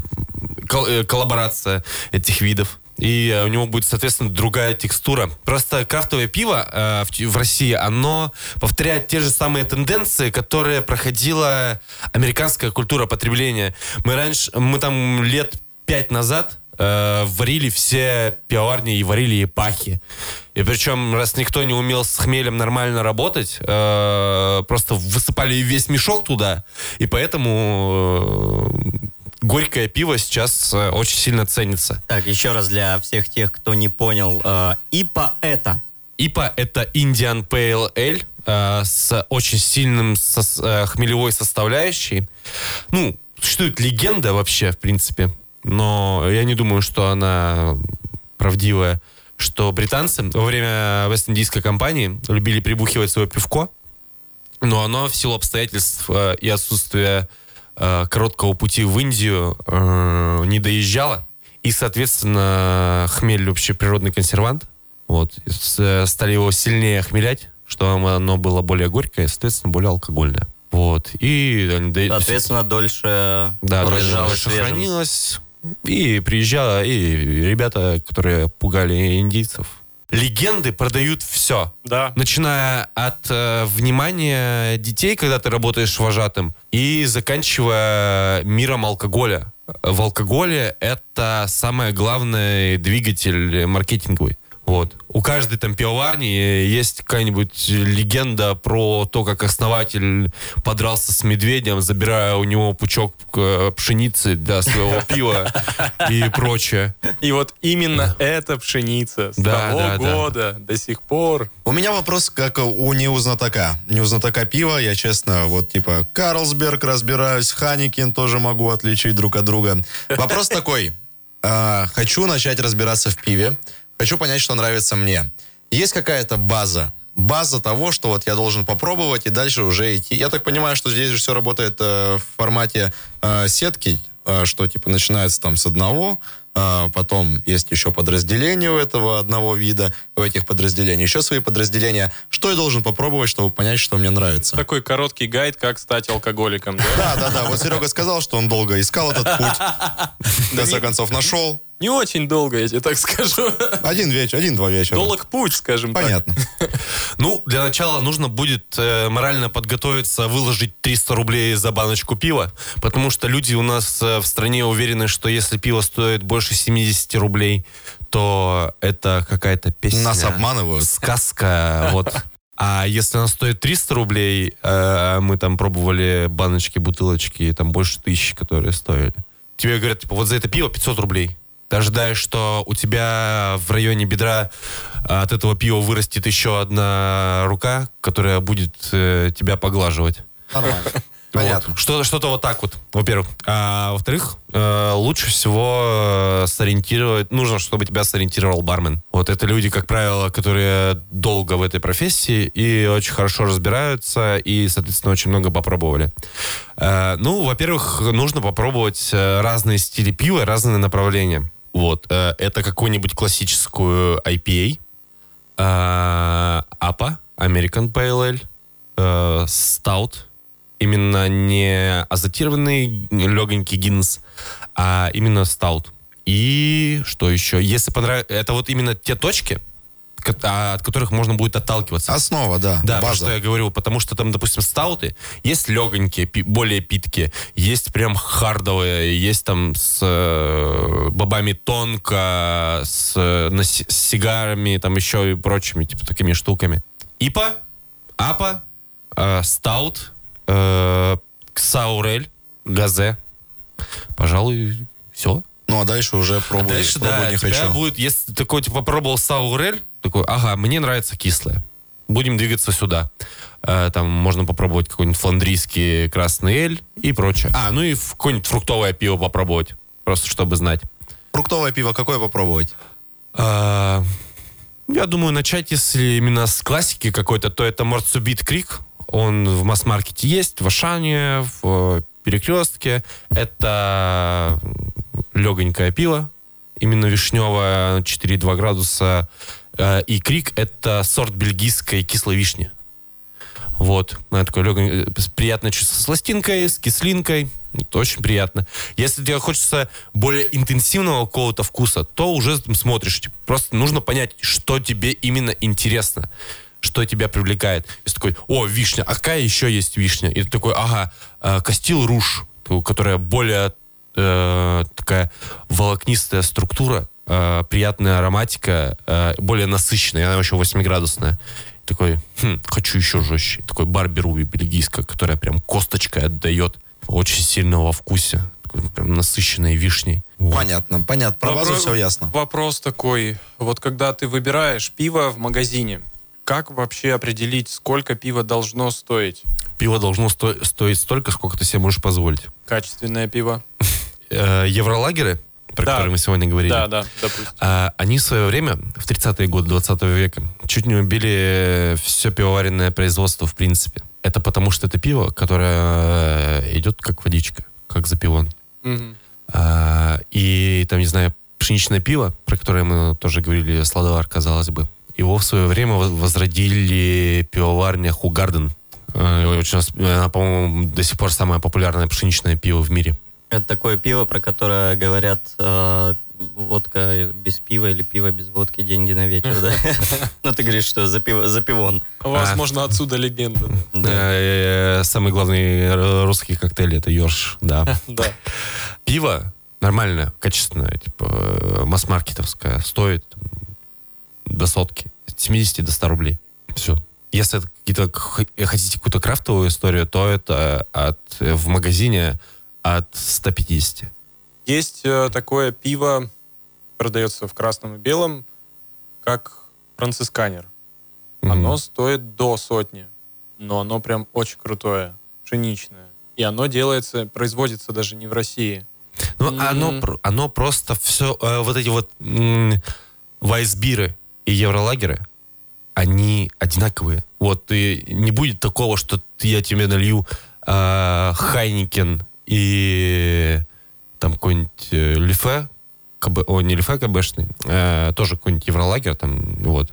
коллаборация этих видов. И у него будет, соответственно, другая текстура. Просто крафтовое пиво в России, оно повторяет те же самые тенденции, которые проходила американская культура потребления. Мы там лет 5 назад варили все пивоварни и варили епахи. И причем, раз никто не умел с хмелем нормально работать, просто высыпали весь мешок туда, и поэтому... горькое пиво сейчас очень сильно ценится. Так, еще раз для всех тех, кто не понял. ИПА это? ИПА это Indian Pale Ale с очень сильным хмелевой составляющей. Ну, существует легенда вообще, в принципе, но я не думаю, что она правдивая, что британцы во время Вест-Индийской кампании любили прибухивать свое пивко, но оно в силу обстоятельств и отсутствия короткого пути в Индию не доезжало. И, соответственно, хмель вообще природный консервант. Вот. Стали его сильнее хмелять, что оно было более горькое, соответственно, более алкогольное. Вот. И, соответственно, дольше дольше хранилось. И приезжало, и ребята, которые пугали индийцев. Легенды продают все. Да. Начиная от внимания детей, когда ты работаешь вожатым, и заканчивая миром алкоголя. В алкоголе это самый главный двигатель маркетинговый. Вот. У каждой там пивоварни есть какая-нибудь легенда про то, как основатель подрался с медведем, забирая у него пучок пшеницы для своего пива и прочее. И вот именно эта пшеница с того года до сих пор. У меня вопрос, как у неузнатока. Неузнатока пива, я честно, вот типа Карлсберг разбираюсь, Ханикин тоже могу отличить друг от друга. Вопрос такой. Хочу начать разбираться в пиве. Хочу понять, что нравится мне. Есть какая-то база того, что вот я должен попробовать и дальше уже идти. Я так понимаю, что здесь же все работает в формате сетки, что типа начинается там с одного, потом есть еще подразделения у этого одного вида, у этих подразделений еще свои подразделения. Что я должен попробовать, чтобы понять, что мне нравится? Такой короткий гайд, как стать алкоголиком. Да. Вот Серега сказал, что он долго искал этот путь. В конце концов нашел. Не очень долго, я тебе так скажу. Один-два вечера. Долг путь, скажем Понятно. так. Ну, для начала нужно будет морально подготовиться, выложить 300 рублей за баночку пива, потому что люди у нас в стране уверены, что если пиво стоит больше 70 рублей, то это какая-то песня. Нас обманывают. Сказка, вот. А если она стоит 300 рублей, мы там пробовали баночки, бутылочки, там больше 1000, которые стоили. Тебе говорят, типа, вот за это пиво 500 рублей. Ты ожидаешь, что у тебя в районе бедра от этого пива вырастет еще одна рука, которая будет тебя поглаживать. Нормально. Понятно. Вот. Что-то вот так вот, во-первых. А во-вторых, лучше всего нужно, чтобы тебя сориентировал бармен. Вот это люди, как правило, которые долго в этой профессии и очень хорошо разбираются, и, соответственно, очень много попробовали. Ну, во-первых, нужно попробовать разные стили пива, разные направления. Вот. Это какую-нибудь классическую IPA, APA, American Pale Ale, Stout, именно не азотированный легонький Гиннес, а именно Stout. И что еще? Если понравится... Это вот именно те точки, от которых можно будет отталкиваться. Основа, да. Да, база. про что я говорю, потому что там, допустим, стауты, есть легонькие, более питкие, есть прям хардовые, есть там с бобами тонко, с сигарами, там еще и прочими, типа, такими штуками. ИПА, АПА, стаут, саурель, газе. Пожалуй, все. Ну, а дальше уже пробую, Дальше, не хочу. будет, если ты такой, типа, попробовал саурель, такой, ага, мне нравится кислое. Будем двигаться сюда. Там можно попробовать какой-нибудь фландрийский красный эль и прочее. Ну и какое-нибудь фруктовое пиво попробовать, просто чтобы знать. Фруктовое пиво какое попробовать? Я думаю, начать, если именно с классики какой-то, то это Морцубит Крик Он в масс-маркете есть, в Ашане, в Перекрестке. Это легонькое пиво, именно вишневое, 4,2 градуса. И Крик — это сорт бельгийской кислой вишни. Вот. Она такое легонькое, приятное чувство с сластинкой, с кислинкой. Это очень приятно. Если тебе хочется более интенсивного какого-то вкуса, то уже смотришь. Просто нужно понять, что тебе именно интересно, что тебя привлекает. Если такой, о, вишня, а какая еще есть вишня? И ты такой, ага, Кастил Руж, которая более такая волокнистая структура, приятная ароматика, более насыщенная, она еще 8-градусная. Такой, хочу еще жестче. Такой Барби Руби бельгийская, которая прям косточкой отдает, очень сильно во вкусе. Такой, прям насыщенной вишней. Вот. Понятно. Про базу все ясно. Вопрос такой. Вот когда ты выбираешь пиво в магазине, как вообще определить, сколько пива должно стоить? Пиво должно стоить столько, сколько ты себе можешь позволить. Качественное пиво. Евролагеры, про которые мы сегодня говорили, Да, допустим. они в свое время, в 30-е годы 20 века, чуть не убили все пивоваренное производство в принципе. Это потому, что это пиво, которое идет как водичка, как запивон. Мгм. И там, не знаю, пшеничное пиво, про которое мы тоже говорили, сладовар, казалось бы, его в свое время возродили пивоварня Хугарден. Она, по-моему, до сих пор самое популярное пшеничное пиво в мире. Это такое пиво, про которое говорят, водка без пива или пиво без водки, деньги на ветер, да? Ну, ты говоришь, что за пивон. Возможно, отсюда легенда. Самый главный русский коктейль — это Йорш, да. Да. Пиво нормальное, качественное, типа масс-маркетовское, стоит до сотки, от 70 до 100 рублей. Все. Если это хотите какую-то крафтовую историю, то это в магазине от 150. Есть такое пиво, продается в красном и белом, как францисканер. Оно стоит до 100, но оно прям очень крутое, пшеничное. И оно производится даже не в России. Ну, оно просто все, вот эти вот вайсбиры и евролагеры, они одинаковые. Вот, и не будет такого, что я тебе налью Хайникен и там какой-нибудь Лифе, не Лифе КБшный, тоже какой-нибудь евролагер, там, вот.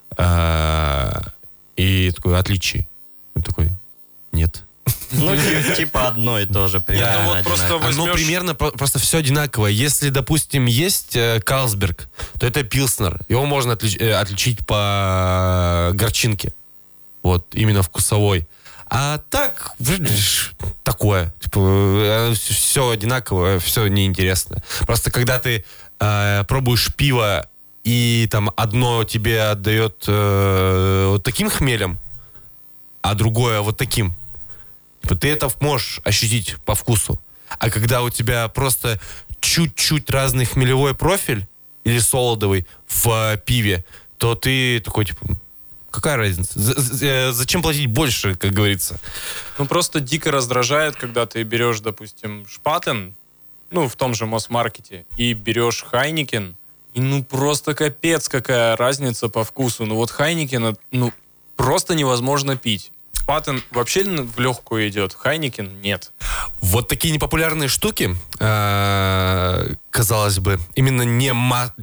И такое отличие. Он такой, нет. Ну, типа одно и то же примерно. Ну, вот просто Оно примерно просто все одинаковое. Если, допустим, есть Карлсберг, то это пилснер. Его можно отличить по горчинке. Вот, именно вкусовой. А так, такое. Типа, все одинаковое, все неинтересно. Просто когда ты пробуешь пиво, и там одно тебе отдает вот таким хмелем, а другое вот таким, ты это можешь ощутить по вкусу. А когда у тебя просто чуть-чуть разный хмелевой профиль или солодовый в пиве, то ты такой, типа, какая разница? Зачем платить больше, как говорится? Ну, просто дико раздражает, когда ты берешь, допустим, Шпатен, ну, в том же Мосмаркете, и берешь Хайникен, и ну просто капец, какая разница по вкусу. Ну, вот Хайникен, ну, просто невозможно пить. Шпатен вообще в легкую идет, Хайникен нет. Вот такие непопулярные штуки, казалось бы, именно не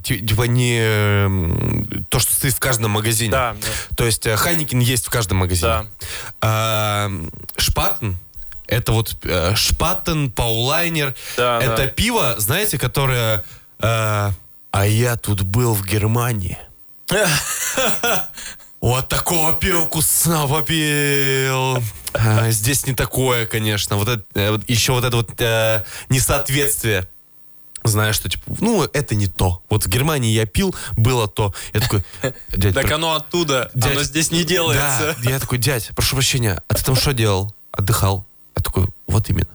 то, что стоит в каждом магазине. Да. То есть Хайникен есть в каждом магазине. Да. Шпатен, это вот Шпатен, Паулайнер, Да, это пиво, знаете, которое... а я тут был в Германии. Вот такого пива вкусно попил. Здесь не такое, конечно. Еще вот это вот несоответствие. Знаешь, что типа, ну, это не то. Вот в Германии я пил, было то. Я такой, дядь... Так оно оттуда, дядь, оно здесь не делается. Да, я такой, дядь, прошу прощения, а ты там что делал? Отдыхал. Я такой, вот именно.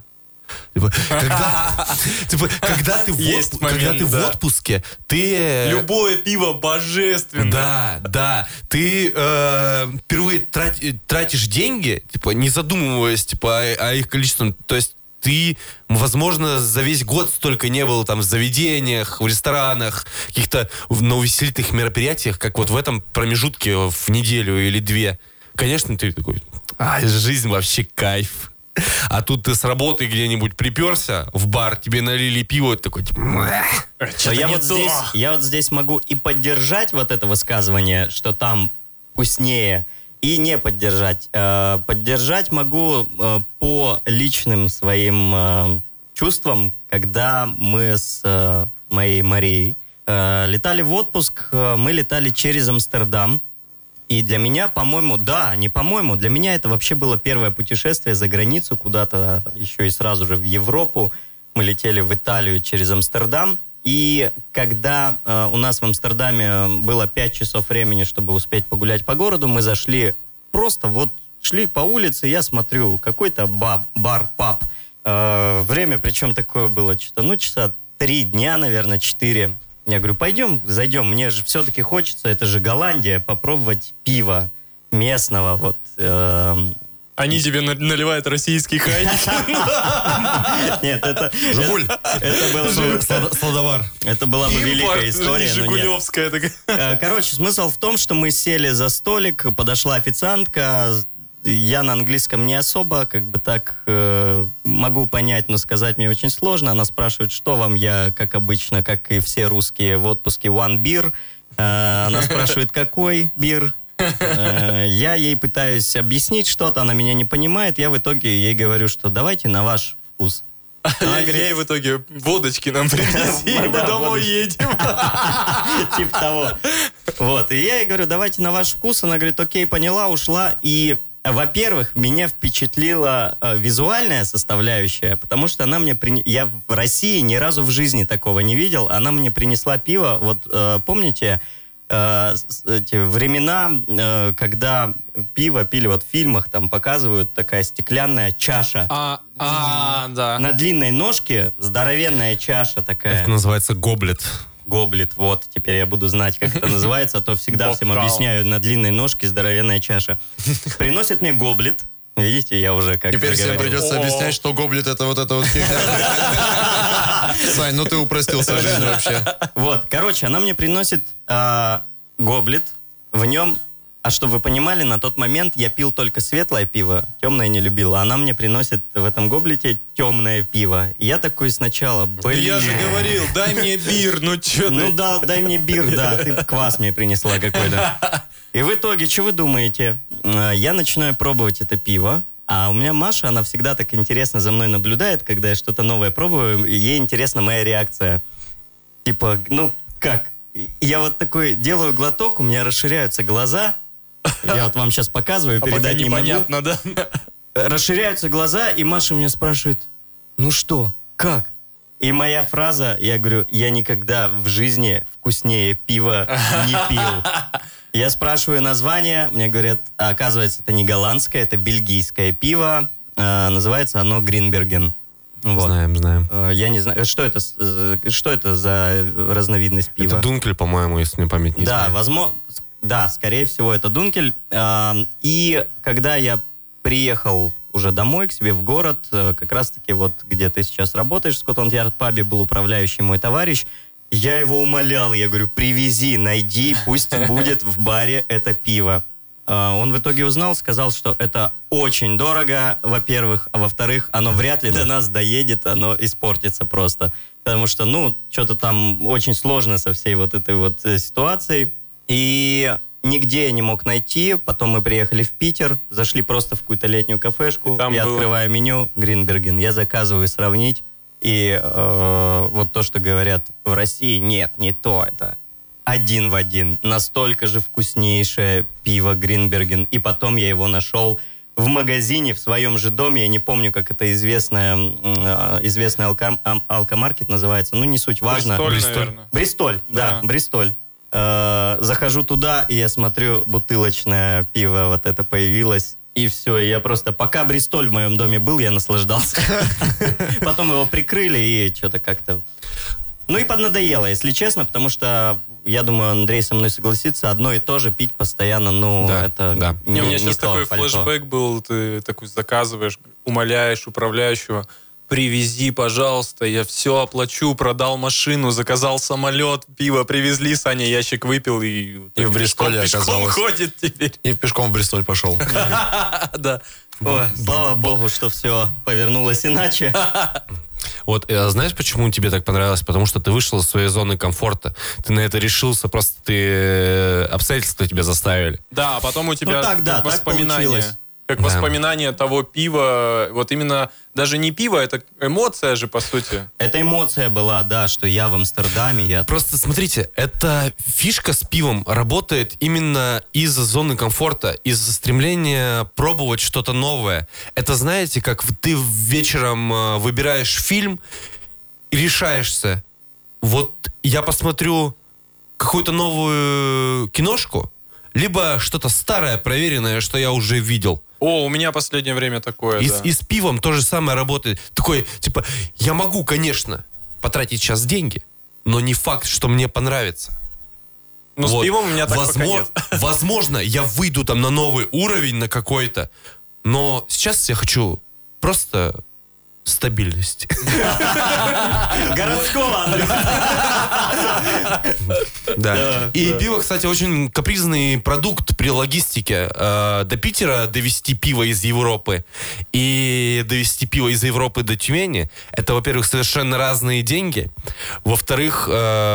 Когда ты в отпуске, ты... Любое пиво божественное. Да. Ты впервые тратишь деньги, типа, не задумываясь, типа, о их количестве. То есть ты, возможно, за весь год столько не был там в заведениях, в ресторанах, каких-то на увеселительных мероприятиях, как вот в этом промежутке в неделю или две. Конечно, ты такой, жизнь вообще кайф. А тут ты с работы где-нибудь приперся в бар, тебе налили пиво, ты такой, типа, Но я вот здесь могу и поддержать вот это высказывание, что там вкуснее, и не поддержать. Поддержать могу по личным своим чувствам, когда мы с моей Марией летали в отпуск, мы летали через Амстердам. И для меня, по-моему, для меня это вообще было первое путешествие за границу, куда-то еще и сразу же в Европу. Мы летели в Италию через Амстердам. И когда у нас в Амстердаме было 5 часов времени, чтобы успеть погулять по городу, мы зашли просто шли по улице, я смотрю, какой-то бар, паб. Время, причем такое было, часа 3 дня, наверное, 4. Я говорю, пойдем, зайдем, мне же все-таки хочется, это же Голландия, попробовать пиво местного, Они тебе наливают российский Хайнекен. Нет, это было сладовар. это была бы великая история, но нет. Жигулевская такая. Короче, смысл в том, что мы сели за столик, подошла официантка, я на английском не особо, могу понять, но сказать мне очень сложно. Она спрашивает, что вам, я, как обычно, как и все русские в отпуске, one beer. Она спрашивает, какой бир? Я ей пытаюсь объяснить что-то, она меня не понимает. Я в итоге ей говорю, что давайте на ваш вкус. Я ей в итоге водочки нам принеси, и мы домой едем. Типа того. И я ей говорю, давайте на ваш вкус. Она говорит, окей, поняла, ушла. И, во-первых, меня впечатлила визуальная составляющая, потому что она мне я в России ни разу в жизни такого не видел. Она мне принесла пиво. Помните эти времена, когда пиво пили, в фильмах там показывают такая стеклянная чаша. Да. На длинной ножке здоровенная чаша такая. Это называется гоблет. Гоблет, теперь я буду знать, как это называется, а то всегда всем объясняю, на длинной ножке здоровенная чаша. Приносит мне гоблет. Видите, я уже как-то Теперь всем говорил. придется объяснять, что гоблет это вот фигня. Сань, ты упростился жизнь вообще. Короче, она мне приносит гоблет, в нем, а чтобы вы понимали, на тот момент я пил только светлое пиво, темное не любил, а она мне приносит в этом гоблете темное пиво. И я такой сначала, Я же говорил, дай мне бир, что ты? Да, дай мне бир, да, ты квас мне принесла какой-то. И в итоге, что вы думаете? Я начинаю пробовать это пиво, а у меня Маша, она всегда так интересно за мной наблюдает, когда я что-то новое пробую, и ей интересна моя реакция. Типа, как? Я такой делаю глоток, у меня расширяются глаза, я вам сейчас показываю, передать не могу. Непонятно, да? Расширяются глаза, и Маша меня спрашивает, что, как? И моя фраза, я говорю, я никогда в жизни вкуснее пива не пил. Я спрашиваю название, мне говорят, оказывается, это не голландское, это бельгийское пиво, называется оно Гринберген. Знаем. Я не знаю, что это за разновидность пива? Это Дункель, по-моему, если мне память не изменяет. Возможно, да, скорее всего, это Дункель. И когда я приехал уже домой, к себе в город, как раз-таки где ты сейчас работаешь, в Скотланд-Ярд-пабе был управляющий мой товарищ, я его умолял, я говорю, привези, найди, пусть будет в баре это пиво. Он в итоге узнал, сказал, что это очень дорого, во-первых, а во-вторых, оно вряд ли до нас доедет, оно испортится просто. Потому что, что-то там очень сложно со всей этой ситуацией. И нигде я не мог найти. Потом мы приехали в Питер, зашли просто в какую-то летнюю кафешку. Я открываю меню Гринберген, я заказываю сравнить. И то, что говорят в России, нет, не то это. Один в один. Настолько же вкуснейшее пиво Гринберген. И потом я его нашел в магазине в своем же доме. Я не помню, как это известный алкомаркет называется. Не суть важно. Бристоль, да, Бристоль. Захожу туда, и я смотрю, бутылочное пиво это появилось. И все, я просто, пока Бристоль в моем доме был, я наслаждался. Потом его прикрыли, и что-то как-то... и поднадоело, если честно, потому что, я думаю, Андрей со мной согласится, одно и то же пить постоянно, это да. У меня сейчас такой флешбэк был, ты такой заказываешь, умоляешь управляющего, привези, пожалуйста, я все оплачу, продал машину, заказал самолет, пиво привезли, Саня ящик выпил и... И в Бристоле пешком оказалось. ходит теперь. И пешком в Бристоль пошел. Да. Ой, слава богу, что все повернулось иначе. Вот, знаешь, почему тебе так понравилось? Потому что ты вышел из своей зоны комфорта. Ты на это решился, просто обстоятельства тебя заставили. Да, а потом у тебя так, да, как так воспоминания. получилось. Как Да. воспоминание того пива. Вот именно даже не пиво, это эмоция же, по сути. Это эмоция была, да, что я в Амстердаме, я... Просто смотрите, эта фишка с пивом работает именно из-за зоны комфорта, из-за стремления пробовать что-то новое. Это, знаете, как ты вечером выбираешь фильм и решаешься, вот я посмотрю какую-то новую киношку, либо что-то старое, проверенное, что я уже видел. О, у меня последнее время такое, И, да. и с пивом то же самое работает. Такой, типа, я могу, конечно, потратить сейчас деньги, но не факт, что мне понравится. Но Вот. с пивом у меня так пока нет. Возможно, я выйду там на новый уровень, на какой-то, но сейчас я хочу просто стабильности. Городского, Андрей. Да. И пиво, кстати, очень капризный продукт при логистике. До Питера довести пиво из Европы и довести пиво из Европы до Тюмени, это, во-первых, совершенно разные деньги. Во-вторых,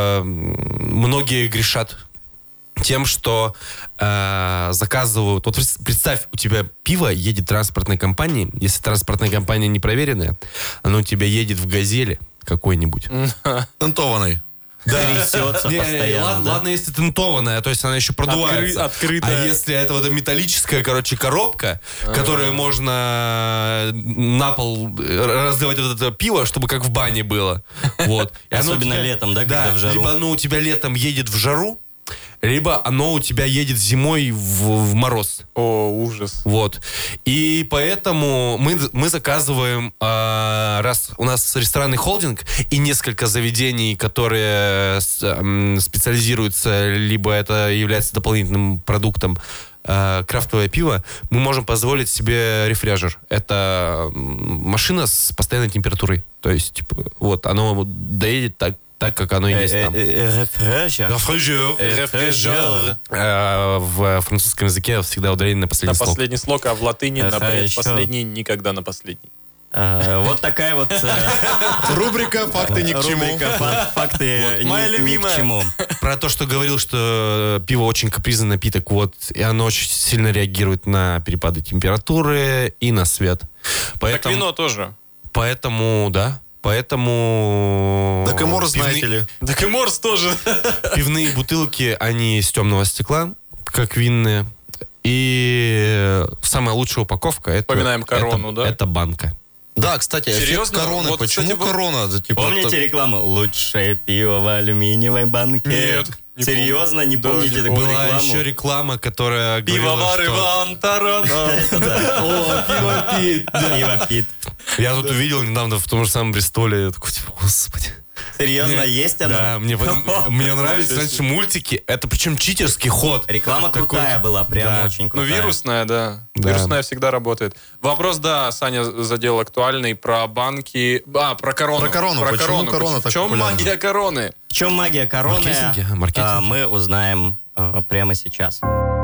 многие грешат тем, что заказывают... Вот представь, у тебя пиво едет транспортной компанией. Если транспортная компания не проверенная, оно у тебя едет в «Газели» какой-нибудь. Тентованный. Трясется Не, постоянно. ладно, да. ладно, если тентованная, то есть она еще продувается. Открытая. А если это вот металлическая, коробка, которую можно на пол разливать вот это пиво, чтобы как в бане было. Вот. И оно Особенно у тебя- летом, да, когда в жару. Либо оно у тебя летом едет в жару, либо оно у тебя едет зимой в мороз. О, ужас. Вот. И поэтому мы заказываем, раз у нас ресторанный холдинг и несколько заведений, которые специализируются, либо это является дополнительным продуктом, крафтовое пиво, мы можем позволить себе рефрежер. Это машина с постоянной температурой. То есть, типа, вот, оно доедет так, как оно и есть там. Рефрежер. Рефрежер. В французском языке всегда ударение на На последний слог. последний слог, а в латыни на Хорошо. предпоследний никогда на последний. Вот такая вот Рубрика «Факты ни к чему». рубрика «Факты моя ни любимая. к чему». Про то, что говорил, что пиво очень капризный напиток, вот, и оно очень сильно реагирует на перепады температуры и на свет. Так вино тоже. Поэтому, да, поэтому... Так и морс, знаете ли. Так и морс тоже. Пивные бутылки, они из темного стекла, как винные. И самая лучшая упаковка это... Вспоминаем корону, да? Это банка. Да, кстати, эффект Серьезно? короны. Вот, Почему кстати, вот- корона? Это, типа, Помните рекламу? Лучшее пиво в алюминиевой банке. Нет, не Серьезно, не Да, помните не такую Была рекламу? еще реклама, которая говорила, Пивовар что... Иван Таранов. О, пиво пит. Пиво пит. Я тут увидел недавно в том же самом Бристоле. Я такой, типа, господи. Серьезно, есть оно? Да, мне нравились раньше мультики. Это причем читерский ход. Реклама Такой- крутая была, прям Да. очень Ну, крутая. вирусная, да. Да. Вирусная всегда работает. Вопрос, да, Саня задел актуальный про банки. Про корону. Про корону. Почему корона В так чем популярна? магия короны? В чем магия короны? Маркетинге. Мы узнаем прямо сейчас.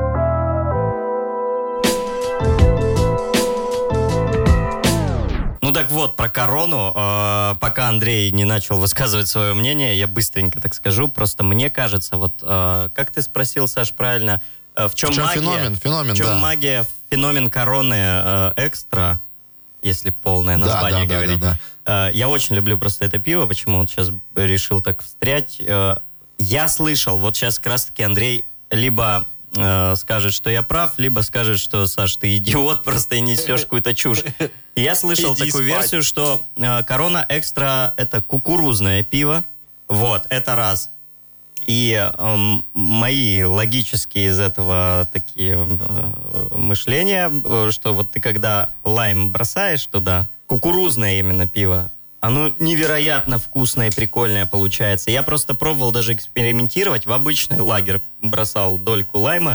Ну так вот, про корону, пока Андрей не начал высказывать свое мнение, я быстренько так скажу. Просто мне кажется, вот как ты спросил, Саш, правильно, в чем В чем магия? феномен, в чем да. магия, феномен короны экстра, если полное Да, название да, да, говорить. да, Я очень люблю просто это пиво, почему вот сейчас решил так встрять. Я слышал, вот сейчас как раз-таки Андрей либо скажет, что я прав, либо скажет, что, Саш, ты идиот, просто и несешь какую-то чушь. И я слышал Иди такую спать. версию, что Корона Экстра — это кукурузное пиво. Вот, это раз. И мои логические из этого такие мышления, что вот ты когда лайм бросаешь туда, кукурузное именно пиво, оно невероятно вкусное и прикольное получается. Я просто пробовал даже экспериментировать. В обычный лагерь бросал дольку лайма,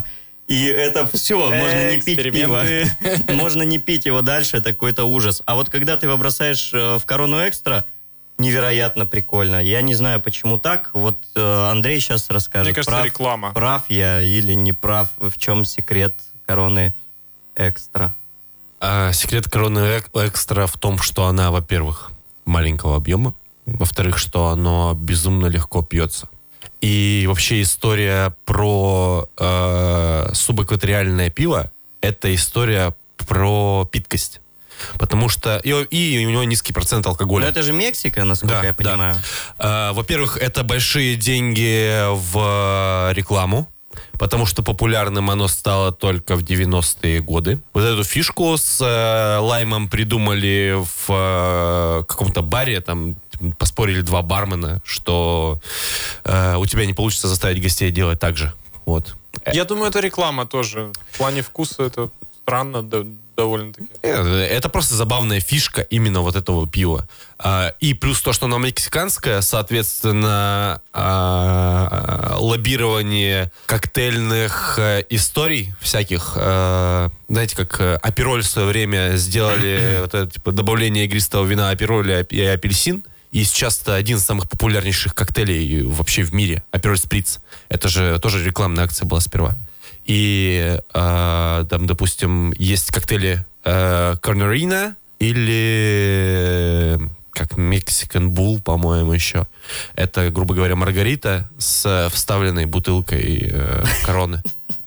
И это все, можно не пить пиво. Эксперименты. Можно не пить его дальше, это какой-то ужас. А вот когда ты его бросаешь в Корону Экстра, невероятно прикольно. Я не знаю, почему так. Вот Андрей сейчас расскажет. Мне кажется, реклама. Прав я или не прав, в чем секрет Короны Экстра? Секрет Короны Экстра в том, что она, во-первых, маленького объема, во-вторых, что оно безумно легко пьется. И вообще история про субэкваториальное пиво — это история про питкость. Потому что... И у него низкий процент алкоголя. Но это же Мексика, насколько я понимаю. Во-первых, это большие деньги в рекламу, потому что популярным оно стало только в 90-е годы. Вот эту фишку с лаймом придумали в каком-то баре, там поспорили два бармена, что у тебя не получится заставить гостей делать так же. Вот. Я думаю, это реклама тоже. В плане вкуса это странно довольно-таки. Это просто забавная фишка именно вот этого пива. И плюс то, что оно мексиканское, соответственно, лоббирование коктейльных историй всяких. Знаете, как Апероль в свое время сделали вот это, типа, добавление игристого вина Апероля и апельсин. И сейчас это один из самых популярнейших коктейлей вообще в мире. Апероль Сприц. Это же тоже рекламная акция была сперва. И там, допустим, есть коктейли Корнерина или как Mexican Bull, по-моему, еще. Это, грубо говоря, маргарита с вставленной бутылкой короны.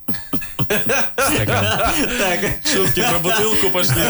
Шутки про бутылку пошли.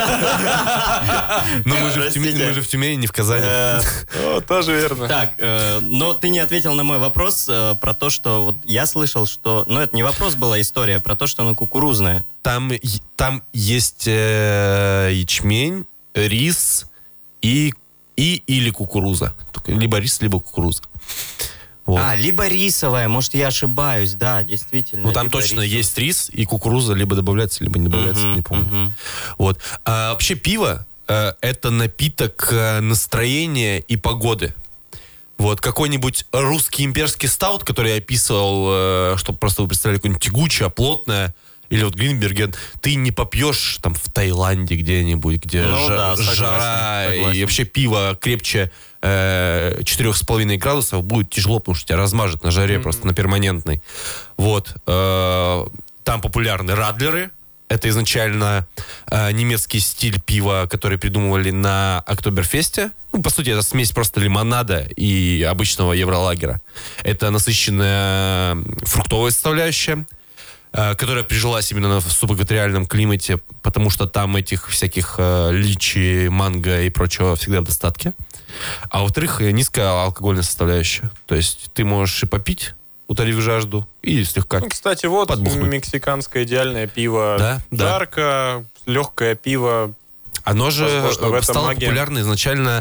Но мы же в Тюмени, не в Казани. Тоже верно. Так, но ты не ответил на мой вопрос про то, что вот я слышал, что... Ну, это не вопрос была, история, про то, что оно кукурузное. Там есть ячмень, рис или кукуруза. Либо рис, либо кукуруза. Вот. Либо рисовая, может, я ошибаюсь, да, действительно. Ну, там либо точно рисовая. есть рис и кукуруза, либо добавляется, либо не добавляется, не помню. Вот. Вообще пиво это напиток настроения и погоды. Вот. Какой-нибудь русский имперский стаут, который я описывал, чтобы просто вы представляли, какое-нибудь тягучее, плотное, или вот Гринберген, ты не попьешь там в Таиланде где-нибудь, где жара, и вообще пиво крепче 4,5 градусов будет тяжело, потому что тебя размажет на жаре просто на перманентной. Вот. Там популярны радлеры. Это изначально немецкий стиль пива, который придумывали на Октоберфесте. Ну, по сути, это смесь просто лимонада и обычного евролагера. Это насыщенная фруктовая составляющая, которая прижилась именно в субэкваториальном климате, потому что там этих всяких личи, манго и прочего всегда в достатке. А во-вторых, низкая алкогольная составляющая. То есть ты можешь и попить, утолив жажду, и слегка Кстати, вот подбухнуть. мексиканское идеальное пиво. Да. Жарко, легкое пиво. Оно же Возможно, в этом стало магия. популярно изначально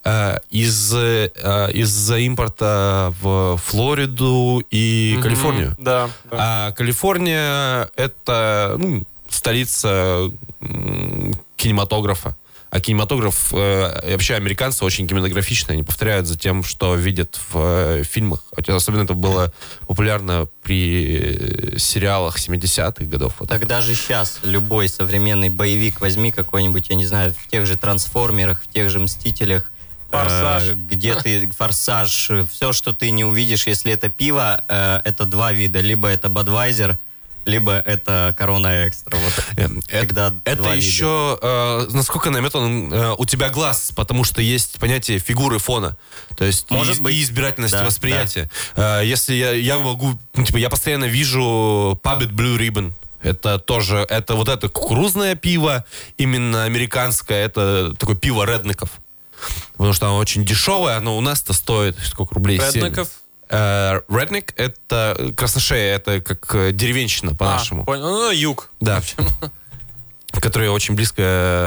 из-за импорта в Флориду и Калифорнию. Да. А Калифорния — это столица кинематографа. А кинематограф, вообще американцы очень кинематографичные, они повторяют за тем, что видят в фильмах. Особенно это было популярно при сериалах 70-х годов. Вот Так даже сейчас любой современный боевик возьми какой-нибудь, я не знаю, в тех же «Трансформерах», в тех же «Мстителях», «Форсаж». где ты «Форсаж», все, что ты не увидишь, если это пиво, это два вида. Либо это Budweiser, либо это Корона Экстра. Вот всегда это два вида. еще насколько наметан у тебя глаз, потому что есть понятие фигуры фона, то есть Может быть. и избирательности Да, восприятия. Если я могу, я постоянно вижу Pabst Blue Ribbon. Это тоже, это вот это кукурузное пиво, именно американское, это такое пиво реднеков. Потому что оно очень дешевое, оно у нас-то стоит сколько рублей? Реднеков? Реднек — это красношея, это как деревенщина по-нашему. Понял. Ну, юг. Да. В общем. Которые очень близко,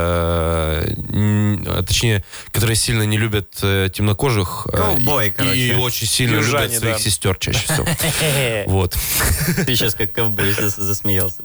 точнее, которые сильно не любят темнокожих. Ковбой, и короче. очень сильно Южане, любят своих да. сестер чаще всего. Вот. Ты сейчас как ковбой засмеялся.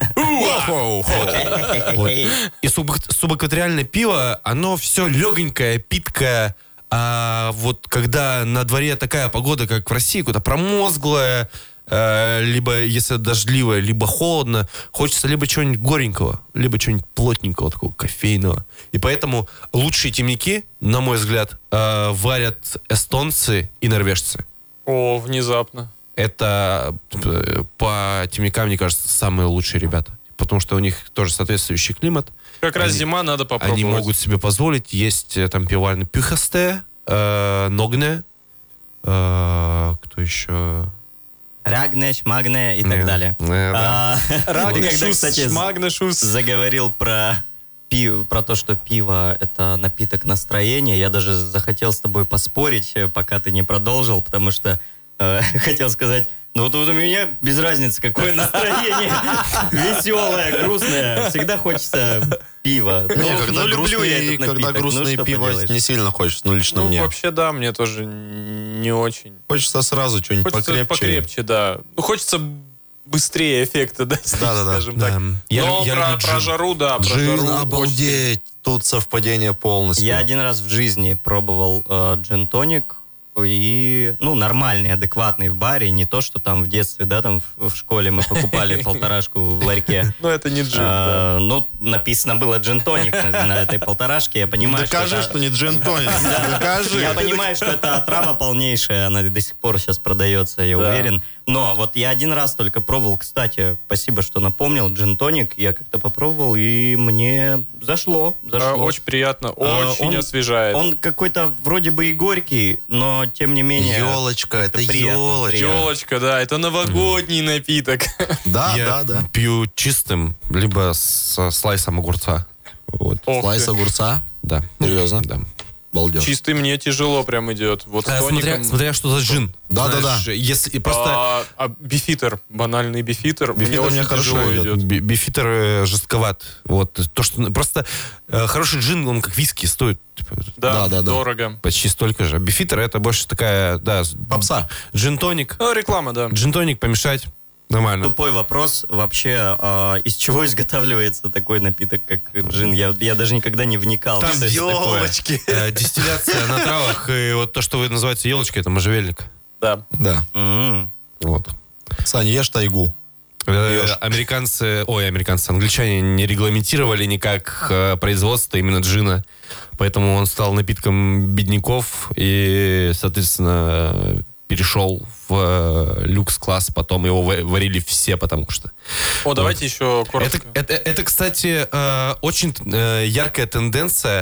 Вот. И субэкваториальное пиво, оно все легонькое, питкое. А вот когда на дворе такая погода, как в России, какая-то промозглая, либо если дождливо, либо холодно, хочется либо чего-нибудь горенького, либо чего-нибудь плотненького, такого кофейного. И поэтому лучшие темники, на мой взгляд, варят эстонцы и норвежцы. О, внезапно. Это по темникам, мне кажется, самые лучшие ребята. Потому что у них тоже соответствующий климат. Как раз зима, надо попробовать. Они могут себе позволить. Есть там пивоварня Пюхасте, Ногне, кто еще? Рагне, Шмагне и так далее. Рагне, Когда, кстати, Шмагнешус. заговорил про то, что пиво — это напиток настроения, я даже захотел с тобой поспорить, пока ты не продолжил, потому что хотел сказать, ну вот у меня без разницы, какое настроение, веселое, грустное, всегда хочется пива. Не, когда люблю я этот когда напиток, грустное что пиво поделаешь. не сильно хочется, ну лично мне. Вообще, да, мне тоже не очень. Хочется сразу что-нибудь Хочется покрепче, да. Ну, хочется быстрее эффекта, да, скажем так. Да. Но Я люблю про джин. жару, да, про Джин, жару. обалдеть. Тут совпадение полностью. Я один раз в жизни пробовал джин-тоник, и, ну, нормальный, адекватный в баре, не то, что там в детстве, да, там в школе мы покупали полторашку в ларьке. Но это не джин, да. Ну, написано было джин-тоник на этой полторашке, я понимаю, Докажи, что не джин-тоник. Докажи. Я понимаю, что это отрава полнейшая, она до сих пор сейчас продается, я Да. уверен. Но вот я один раз только пробовал, кстати, спасибо, что напомнил, джин-тоник, я как-то попробовал, и мне зашло. Очень приятно, очень освежает. Он какой-то вроде бы и горький, но тем не менее... Елочка, это приятно, елочка. приятно. Елочка, да, это новогодний напиток. Да, Я да. пью чистым, либо с слайсом огурца. Вот. Ох Слайс ты. огурца. Да. Серьезно? Да. Балдеж. Чистый мне тяжело прям идет. Вот с тоником... Смотря что за джин. Да. Знаешь, если просто бифитер, банальный бифитер, Бифитер очень мне хорошо тяжело идет. бифитер жестковат. Вот то, что просто хороший джин, он как виски стоит типа, Да, Да. дорого. почти столько же. Бифитер это больше такая, да, Попса. джин-тоник. Ну, реклама, да. Джин-тоник помешать нормально. Тупой вопрос вообще, из чего изготавливается такой напиток, как джин? Я даже никогда не вникал. Там что это такое. елочки. Дистилляция на травах, и вот то, что вы называете елочкой, это можжевельник. Да. Да. Вот. Сань, ешь тайгу. Ешь. Англичане не регламентировали никак производство именно джина, поэтому он стал напитком бедняков и, соответственно, перешел в люкс-класс, потом его варили все, потому что... О, давайте еще коротко. Это, кстати, очень яркая тенденция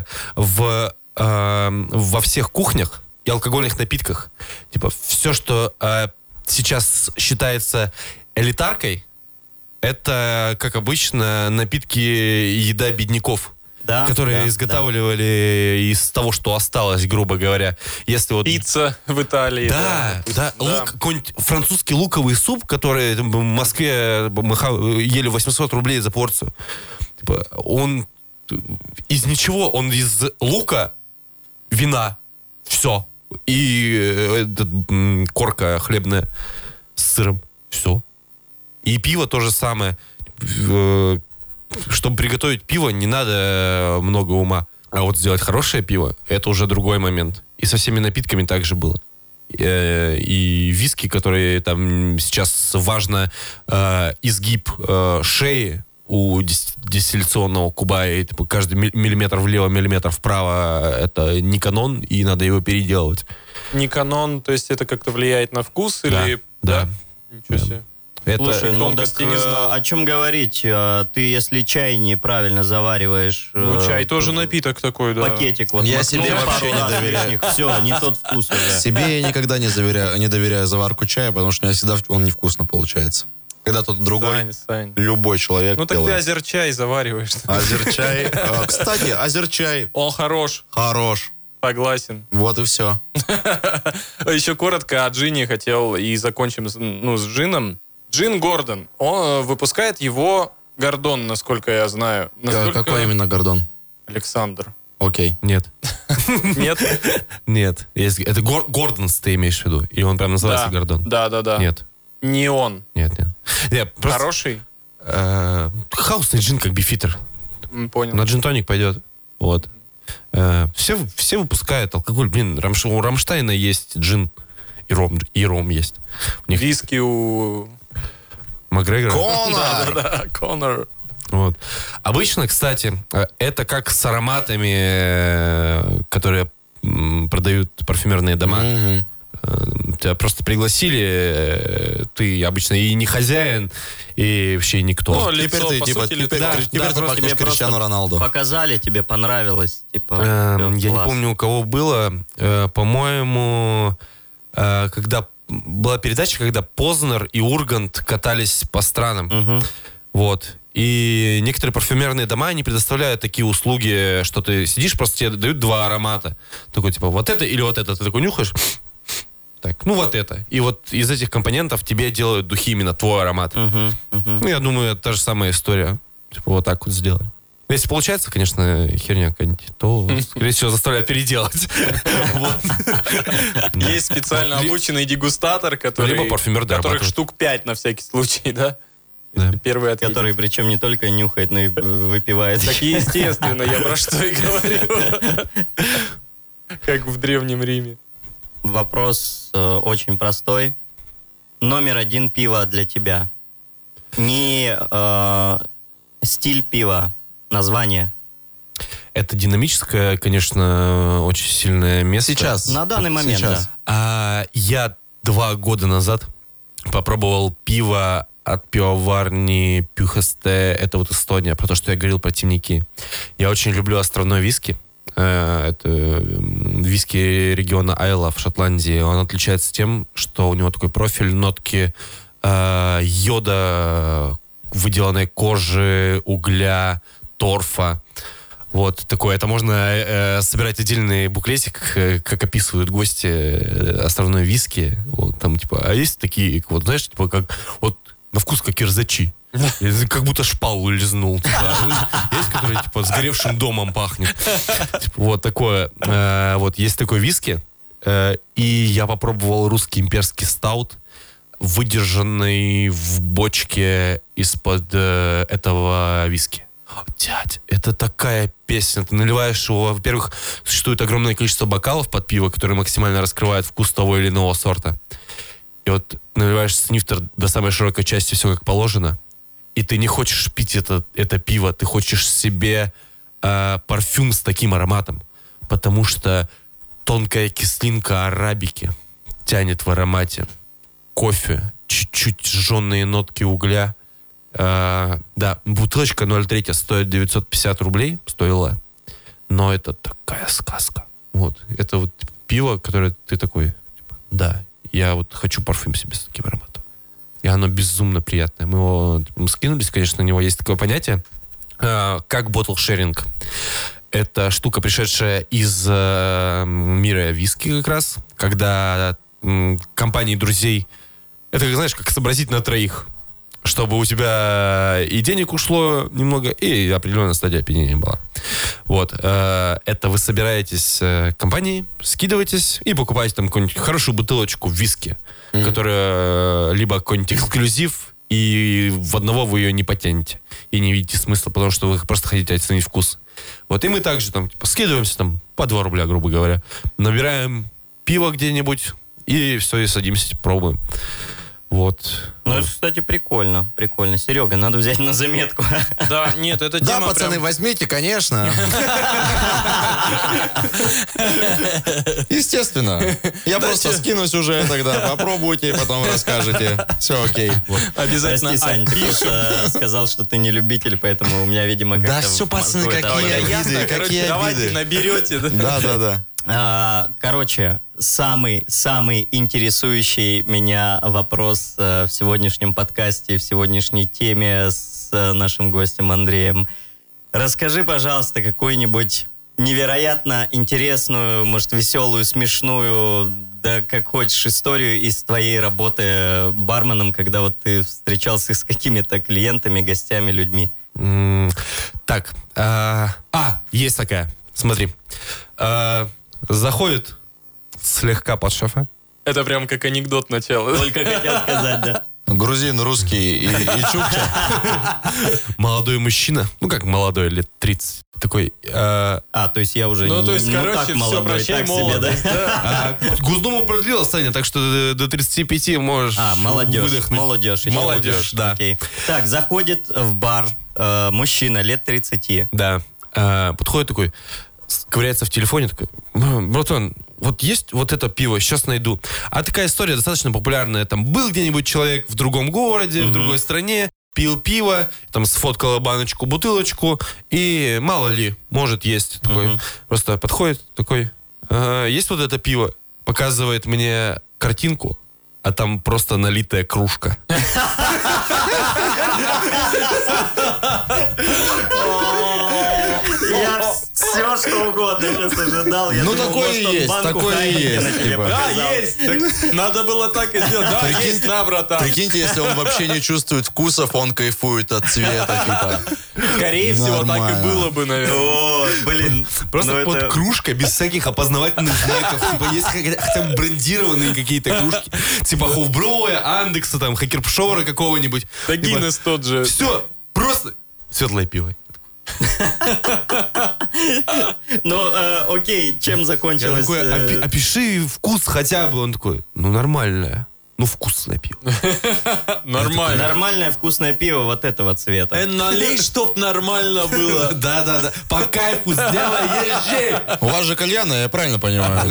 во всех кухнях и алкогольных напитках. Типа, все, что сейчас считается элитаркой, это, как обычно, напитки и еда бедняков. Да, которые да, изготавливали из того, что осталось, грубо говоря. Если вот... Пицца в Италии. Да. Какой-нибудь французский луковый суп, который в Москве мы ели 800 рублей за порцию. Типа, он из ничего, он из лука, вина, все. И корка хлебная с сыром. Все. И пиво то же самое. Чтобы приготовить пиво, не надо много ума. А вот сделать хорошее пиво, это уже другой момент. И со всеми напитками так же было. И виски, которые там сейчас важно изгиб шеи у дистилляционного куба, и типа, каждый миллиметр влево, миллиметр вправо, это не канон, и надо его переделывать. Не канон, то есть это как-то влияет на вкус? Или... Да. Ничего себе. Это... Слушай, ну тонкости так не знал. о чем говорить? Ты, если чай неправильно завариваешь... Ну, чай тоже напиток такой, да. Пакетик вот Я макнул себе пару вообще не раз доверяю. лишних, все, не тот вкус уже. Себе я никогда не доверяю заварку чая, потому что у меня всегда он невкусно получается. Когда тут другой, Сань. любой человек Ну так ты делает. азерчай завариваешь. Азерчай. Кстати, азерчай Он хорош, хорош. согласен. Вот и все. Еще коротко о джине хотел и закончим с джином. Джин Гордон. Он выпускает его Гордон, насколько я знаю. Насколько... Какой именно Гордон? Александр. Окей. Нет. Нет? Нет. Это Гордонс ты имеешь в виду? Или он прям называется Гордон? Да. Нет. Не он. Нет. Просто, Хороший? хаусный джин как бифитер. Понял. На джин-тоник пойдет. Вот. Все выпускают алкоголь. Блин, у Рамштайна есть джин. И ром есть. У них Виски у... Макгрегора. Конор! Да, Конор. Вот. Обычно, кстати, это как с ароматами, которые продают парфюмерные дома. Мгм. Тебя просто пригласили, ты обычно и не хозяин, и вообще никто. Ну, Теперь лицо, ты, по типа, сути, теперь лицо. теперь ты просто похож тебе Криштиану Роналду. Показали, тебе понравилось, типа. Я не класс. помню, у кого было. По-моему, когда была передача, когда Познер и Ургант катались по странам. Мгм. Вот. И некоторые парфюмерные дома, они предоставляют такие услуги, что ты сидишь, просто тебе дают два аромата. Такой, типа, вот это или вот это. Ты такой нюхаешь. Так, ну вот это. И вот из этих компонентов тебе делают духи именно твой аромат. Мгм, мгм. Ну, я думаю, это та же самая история. Типа, вот так вот сделать. Если получается, конечно, херня какая-нибудь, то, скорее всего, заставляют переделать. Вот. Есть специально обученный дегустатор, который, Либо парфюмер которых дорабатывает. штук 5 на всякий случай, да? Да. Если первый ответит. Который причем не только нюхает, но и выпивает. Так естественно, я про что и говорю. Как в Древнем Риме. Вопрос очень простой. Номер один пива для тебя. Не стиль пива, название. Это динамическое, конечно, очень сильное место. Сейчас. На данный момент, Сейчас. Я 2 года назад попробовал пиво от пивоварни Пюхесте, это вот Эстония, про то, что я говорил про темники. Я очень люблю островной виски. Это виски региона Айла в Шотландии. Он отличается тем, что у него такой профиль, нотки йода, выделанной кожи, угля, торфа. Вот такое. Это можно собирать отдельный буклетик, как описывают гости островной виски. Вот, там, типа, а есть такие, вот, знаешь, типа, как вот на вкус как кирзачи. Как будто шпалу лизнул. Типа. Есть, который, типа, сгоревшим домом пахнет. Типа, вот такое. Вот есть такой виски. И я попробовал русский имперский стаут, выдержанный в бочке из-под этого виски. Дядь, это такая песня. Ты наливаешь его, во-первых, существует огромное количество бокалов под пиво, которые максимально раскрывают вкус того или иного сорта. И вот наливаешь снифтер до самой широкой части, все как положено, и ты не хочешь пить это пиво, ты хочешь себе парфюм с таким ароматом, потому что тонкая кислинка арабики тянет в аромате. Кофе, чуть-чуть жженые нотки угля. Да, бутылочка 0,3 стоит 950 рублей, стоила. Но это такая сказка. Вот. Это вот пиво, которое ты такой, типа, да, я вот хочу парфюм себе с таким ароматом. И оно безумно приятное. Мы скинулись, конечно, на него. Есть такое понятие, как bottle-sharing. Это штука, пришедшая из мира виски как раз, когда компании друзей, это, знаешь, как сообразить на троих, чтобы у тебя и денег ушло немного, и определенная стадия опьянения была. Вот. Это вы собираетесь компанией, скидываетесь и покупаете там какую-нибудь хорошую бутылочку виски, которая либо какой-нибудь эксклюзив, и в одного вы ее не потянете. И не видите смысла, потому что вы просто хотите оценить вкус. Вот. И мы также там типа, скидываемся там по 2 рубля, грубо говоря. Набираем пиво где-нибудь, и все, и садимся, пробуем. Вот. Ну, это, кстати, прикольно. Прикольно. Серега, надо взять на заметку. Да, нет, это Да, тема пацаны, прям... возьмите, конечно. Естественно. Я просто скинусь уже тогда. Попробуйте, потом расскажете. Все окей. Обязательно. Прости, Сань, ты просто сказал, что ты не любитель, поэтому у меня, видимо, как-то... Да все, пацаны, в мозгу это какие вот- обиды, Короче, какие давайте обиды. наберете. да? Да. Короче, самый интересующий меня вопрос в сегодняшнем подкасте, в сегодняшней теме с нашим гостем Андреем. Расскажи, пожалуйста, какую-нибудь невероятно интересную, может, веселую, смешную, да как хочешь, историю из твоей работы барменом, когда вот ты встречался с какими-то клиентами, гостями, людьми. Так. Есть такая. Смотри. Заходит слегка под шофе. Это прям как анекдот начала. Только хотел сказать, да. Грузин, русский и чукча. Молодой мужчина, ну как молодой, лет 30, Такой... То есть я уже Ну, то есть, короче, так все, молодой, прощай, так себе, молодость, да? да? Госдума продлила, Саня, так что до 35 можешь Молодежь. выдохнуть. Молодежь. еще. Молодежь, да. Окей. Так, заходит в бар мужчина лет 30. Да. Подходит такой, ковыряется в телефоне, такой: братан, вот есть вот это пиво, сейчас найду. А такая история достаточно популярная. Там был где-нибудь человек в другом городе, в другой стране, пил пиво, там сфоткала баночку, бутылочку, и мало ли, может, есть. Такой, просто подходит, такой: есть вот это пиво? Показывает мне картинку, а там просто налитая кружка. Я все, что угодно сейчас ожидал. Я Ну, думал, такое может, он есть, банку такое Хайнекена есть, тебе типа. Да, показал. есть. Так надо было так и сделать. Да, есть, на, братан. Прикиньте, если он вообще не чувствует вкусов, он кайфует от цвета, типа. Скорее всего, так и Нормально. было бы, наверное. О, блин. Просто ну вот это- кружка без всяких опознавательных знаков. Типа есть хотя бы брендированные какие-то кружки. Типа Хофброя, Андекса, там, Хакерпшора какого-нибудь. Да Гиннес тот же. Все, просто светлое пиво. Ну, окей, чем Я закончилось? такой: опиши вкус хотя бы. Он такой: ну, нормальное. Ну, вкусное пиво. Нормально. Нормальное вкусное пиво вот этого цвета. Налей, чтоб нормально было. Да. По кайфу сделай, езжай. У вас же кальян, я правильно понимаю?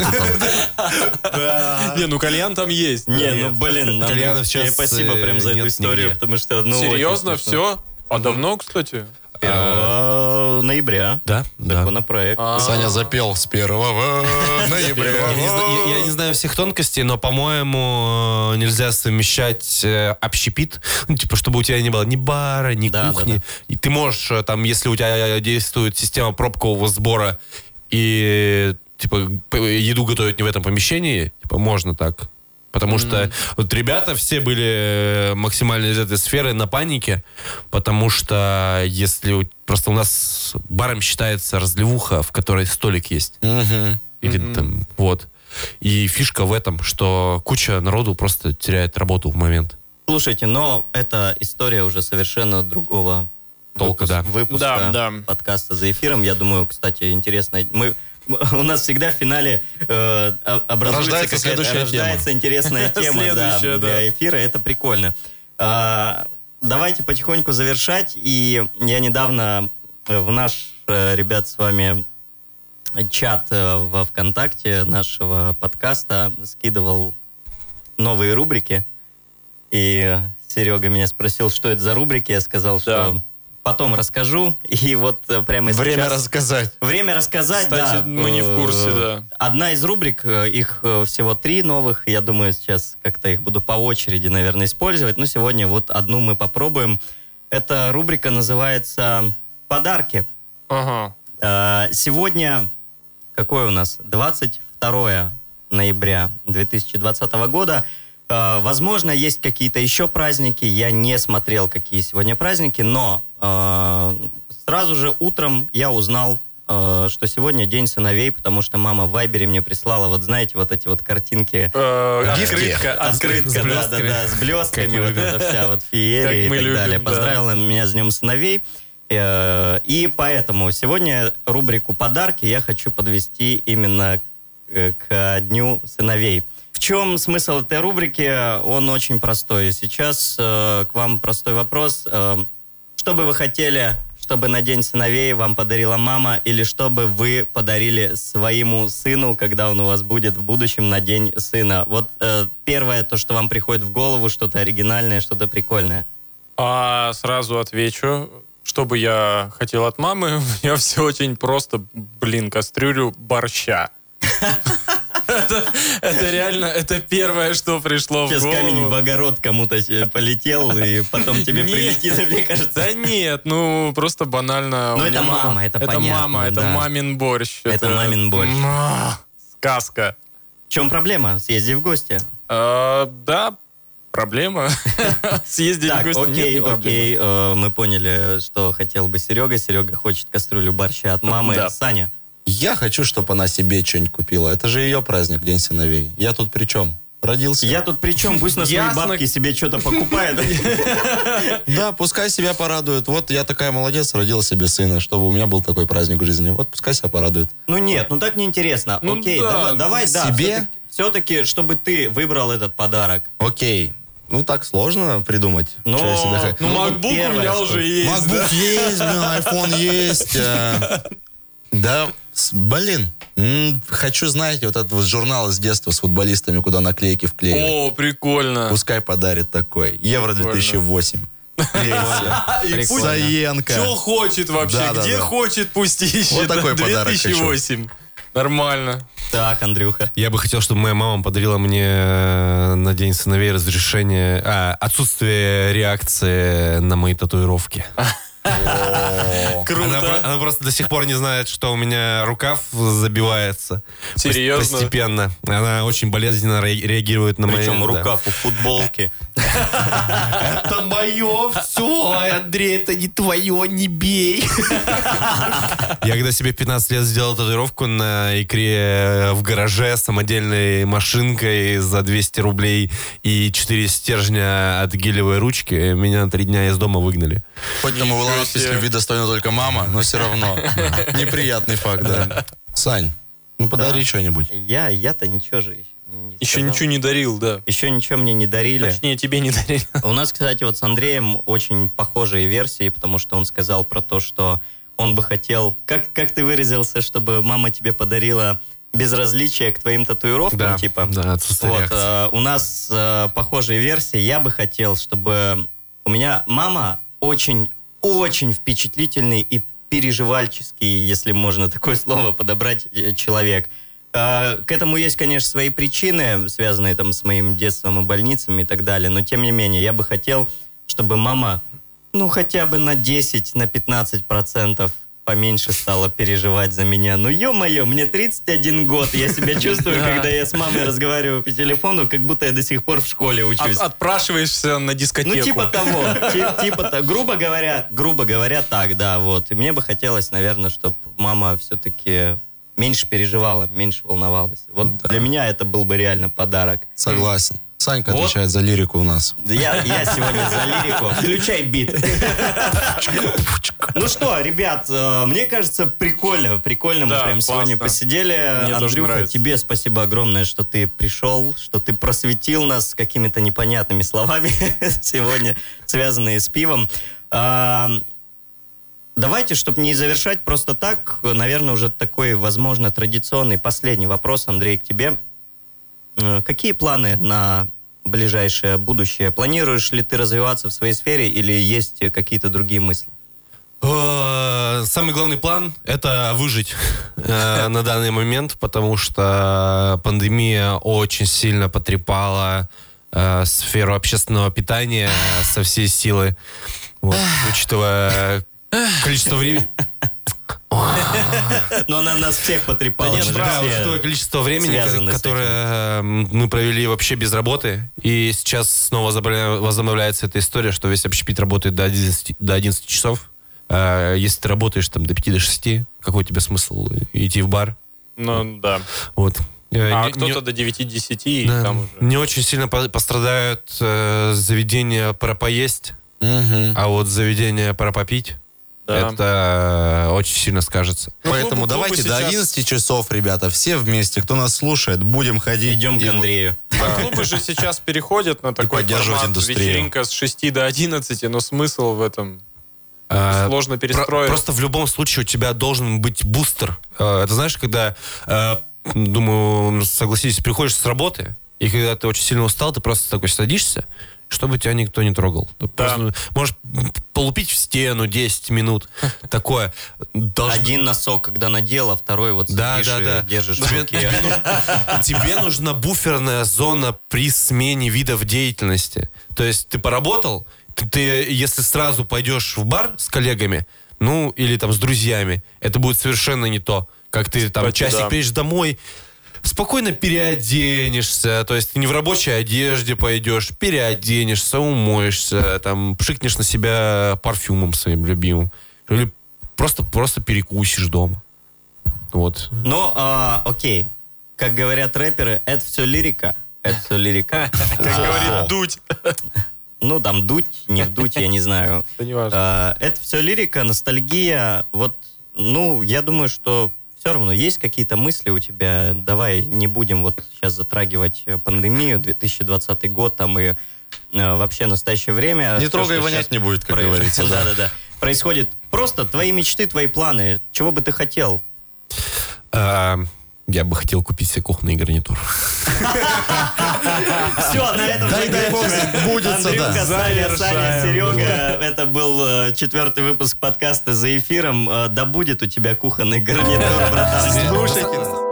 типа? Не, ну кальян там есть. Не, ну блин, нам Кальянов тебе сейчас, спасибо прям за эту нет историю, нигде. потому что ну, Серьезно, очень смешно. все? А давно, кстати? 1 ноября. Да. Законопроект. Саня запел с 1 ноября. Я не знаю всех тонкостей, но, по-моему, нельзя совмещать общепит, ну, типа, чтобы у тебя не было ни бара, ни Да, кухни. да. И ты можешь, там, если у тебя действует система пробкового сбора, и, типа, еду готовят не в этом помещении, типа, можно так. Потому что вот ребята все были максимально из этой сферы на панике, потому что если просто у нас баром считается разливуха, в которой столик есть. Или там, вот. И фишка в этом, что куча народу просто теряет работу в момент. Слушайте, но это история уже совершенно другого Толка, да. выпуска Да. подкаста «За эфиром». Я думаю, кстати, интересно. У нас всегда в финале образуется Рождается следующая рождается интересная тема Следующая, да. для эфира. Это прикольно. Давайте потихоньку завершать. И я недавно в наш, ребят, с вами чат во ВКонтакте нашего подкаста скидывал новые рубрики. И Серега меня спросил, что это за рубрики. Я сказал, что потом расскажу. И вот прямо Время сейчас... рассказать. Время рассказать, Кстати, да. мы не в курсе, да. Одна из рубрик, их всего 3 новых. Я думаю, сейчас как-то их буду по очереди, наверное, использовать. Но сегодня вот одну мы попробуем. Эта рубрика называется «Подарки». Ага. Сегодня, какой у нас? 22 ноября 2020 года. Возможно, есть какие-то еще праздники. Я не смотрел, какие сегодня праздники, но сразу же утром я узнал, что сегодня День сыновей, потому что мама в Вайбере мне прислала, вот знаете, вот эти вот картинки. Открытка, да, с блестками, вот эта вся вот феерия и Как мы так любим, далее. да. Поздравила меня с Днем сыновей. И поэтому сегодня рубрику «Подарки» я хочу подвести именно к Дню сыновей. В чем смысл этой рубрики? Он очень простой. Сейчас к вам простой вопрос. Что бы вы хотели, чтобы на День сыновей вам подарила мама, или что бы вы подарили своему сыну, когда он у вас будет в будущем на День сына? Вот первое, то, что вам приходит в голову, что-то оригинальное, что-то прикольное. Сразу отвечу. Что бы я хотел от мамы? Я все очень просто. Кастрюлю борща. Это реально, это первое, что пришло в Сейчас голову. камень в огород кому-то полетел, и потом тебе Нет. прилетит, мне кажется. Да нет, просто банально. Ну, у меня это мама, это понятно, мама, это да. мамин борщ. Это мамин борщ. Сказка. В чем проблема? Съезди в гости. Да, проблема. Съездить в Так, гости нет, не проблема. окей, мы поняли, что хотел бы Серега. Серега хочет кастрюлю борща от мамы. Да. Саня. Я хочу, чтобы она себе что-нибудь купила. Это же ее праздник, День сыновей. Я тут при чем? родился. Я тут при чем? Пусть на свои Ясно. бабки себе что-то покупает. Да, пускай себя порадует. Вот я такая молодец, родила себе сына, чтобы у меня был такой праздник в жизни. Вот пускай себя порадует. Ну нет, ну так неинтересно. Ну Окей, да, давай, да. себе? Все-таки, чтобы ты выбрал этот подарок. Окей. Ну, так сложно придумать. Но- что я себе хочу. Ну, вот MacBook у первое, меня что- уже есть. MacBook есть, блин, iPhone есть. Да, блин. Хочу, знаете, вот этот вот журнал из детства с футболистами, куда наклейки вклеили. О, прикольно. Пускай подарит такой. Евро Прикольно. 2008. И пусть Саенко. что хочет вообще, Да, да, где да. хочет, пусть ищет. Вот такой подарок 2008. Нормально. Так, Андрюха. Я бы хотел, чтобы моя мама подарила мне на День сыновей отсутствие реакции на мои татуировки. Круто. Она просто до сих пор не знает, что у меня рукав забивается. Серьезно? Постепенно. Она очень болезненно реагирует на мои... Причем да. рукав у футболки. Это мое все, Андрей, это не твое, не бей. Я когда себе в 15 лет сделал татуировку на икре в гараже с самодельной машинкой за 200 рублей и 4 стержня от гелевой ручки, меня на 3 дня из дома выгнали. Хоть там у Ничего Лавки с себе. любви достойна только мама, но все равно. Неприятный факт, да. Сань, ну подари что-нибудь. Я-то ничего же не Еще сказал. ничего не дарил, да. Еще ничего мне не дарили. Точнее, тебе не дарили. У нас, кстати, вот с Андреем очень похожие версии, потому что он сказал про то, что он бы хотел... Как ты выразился, чтобы мама тебе подарила безразличие к твоим татуировкам, типа? Да, отсутствие Вот, реакции. у нас похожие версии. Я бы хотел, чтобы... У меня мама очень впечатлительный и переживальческий, если можно такое слово подобрать, человек. К этому есть, конечно, свои причины, связанные там с моим детством и больницами и так далее, но тем не менее, я бы хотел, чтобы мама, ну, хотя бы на 10, на 15% поменьше стала переживать за меня. Ну, ё-моё, мне 31 год, я себя чувствую, когда я с мамой разговариваю по телефону, как будто я до сих пор в школе учусь. Отпрашиваешься на дискотеку. Ну, типа того. Грубо говоря, так, да, вот. И мне бы хотелось, наверное, чтобы мама все-таки меньше переживала, меньше волновалась. Вот для меня это был бы реально подарок. Согласен. Санька Вот. отвечает за лирику у нас. Я сегодня за лирику. Включай бит. Ну что, ребят, мне кажется, прикольно мы Да, прям классно. сегодня посидели. Мне тоже Андрюха, нравится. тебе спасибо огромное, что ты пришел, что ты просветил нас какими-то непонятными словами сегодня, связанные с пивом. Давайте, чтобы не завершать просто так, наверное, уже такой, возможно, традиционный последний вопрос, Андрей, к тебе. Какие планы на ближайшее будущее? Планируешь ли ты развиваться в своей сфере или есть какие-то другие мысли? Самый главный план — это выжить на данный момент, потому что пандемия очень сильно потрепала сферу общественного питания со всей силы. Вот, учитывая количество времени... Но она нас всех потрепала. Да нет, мы же Да, все учитывая количество времени, связаны с которое мы провели вообще без работы, и сейчас снова возобновляется эта история, что весь общепит работает до 11 часов. Если ты работаешь там до 5 до 6, какой тебе смысл идти в бар? Ну, да. Вот. А кто-то до 9-10, и Да, там уже... не очень сильно пострадают заведения про поесть, а вот заведения про попить, Да. это очень сильно скажется. Поэтому клубы давайте до сейчас- 11 часов, ребята, все вместе, кто нас слушает, будем ходить. Идем к И- Андрею. А клубы же сейчас переходят на такой поддерживать формат индустрию. вечеринка с 6 до 11, но смысл в этом сложно Про- перестроить. Просто в любом случае у тебя должен быть бустер. Это знаешь, когда, думаю, согласитесь, приходишь с работы, и когда ты очень сильно устал, ты просто такой садишься, чтобы тебя никто не трогал. Ты просто можешь полупить в стену 10 минут. Такое. Один носок, когда надел, а второй вот Да, сидишь да, и да. держишь в руке. Тебе нужна буферная зона при смене видов деятельности. То есть ты поработал, ты если сразу пойдешь в бар с коллегами, ну, или там с друзьями, это будет совершенно не то. Как ты там Кстати, часик да. приедешь домой, спокойно переоденешься, то есть ты не в рабочей одежде пойдешь, переоденешься, умоешься, там, пшикнешь на себя парфюмом своим любимым. Или просто перекусишь дома. Вот. Но, окей, как говорят рэперы, это все лирика, Это все лирика. Как говорит Дудь. Ну, там дуть, не вдуть, я не знаю. Это не важно. Это все лирика, ностальгия. Вот, ну, я думаю, что все равно есть какие-то мысли у тебя. Давай не будем вот сейчас затрагивать пандемию, 2020 год там и вообще настоящее время. Не Всё, трогай, что вонять щас не будет, как говорится. Да. Да-да-да. Происходит просто твои мечты, твои планы. Чего бы ты хотел? Я бы хотел купить себе кухонный гарнитур. Все, на этом Дай бог заканчиваем. сбудется, Андрюха, да. Саня, Завершаем. Серега. Это был 4-й выпуск подкаста «За эфиром». Да будет у тебя кухонный гарнитур, братан. Слушайте нас.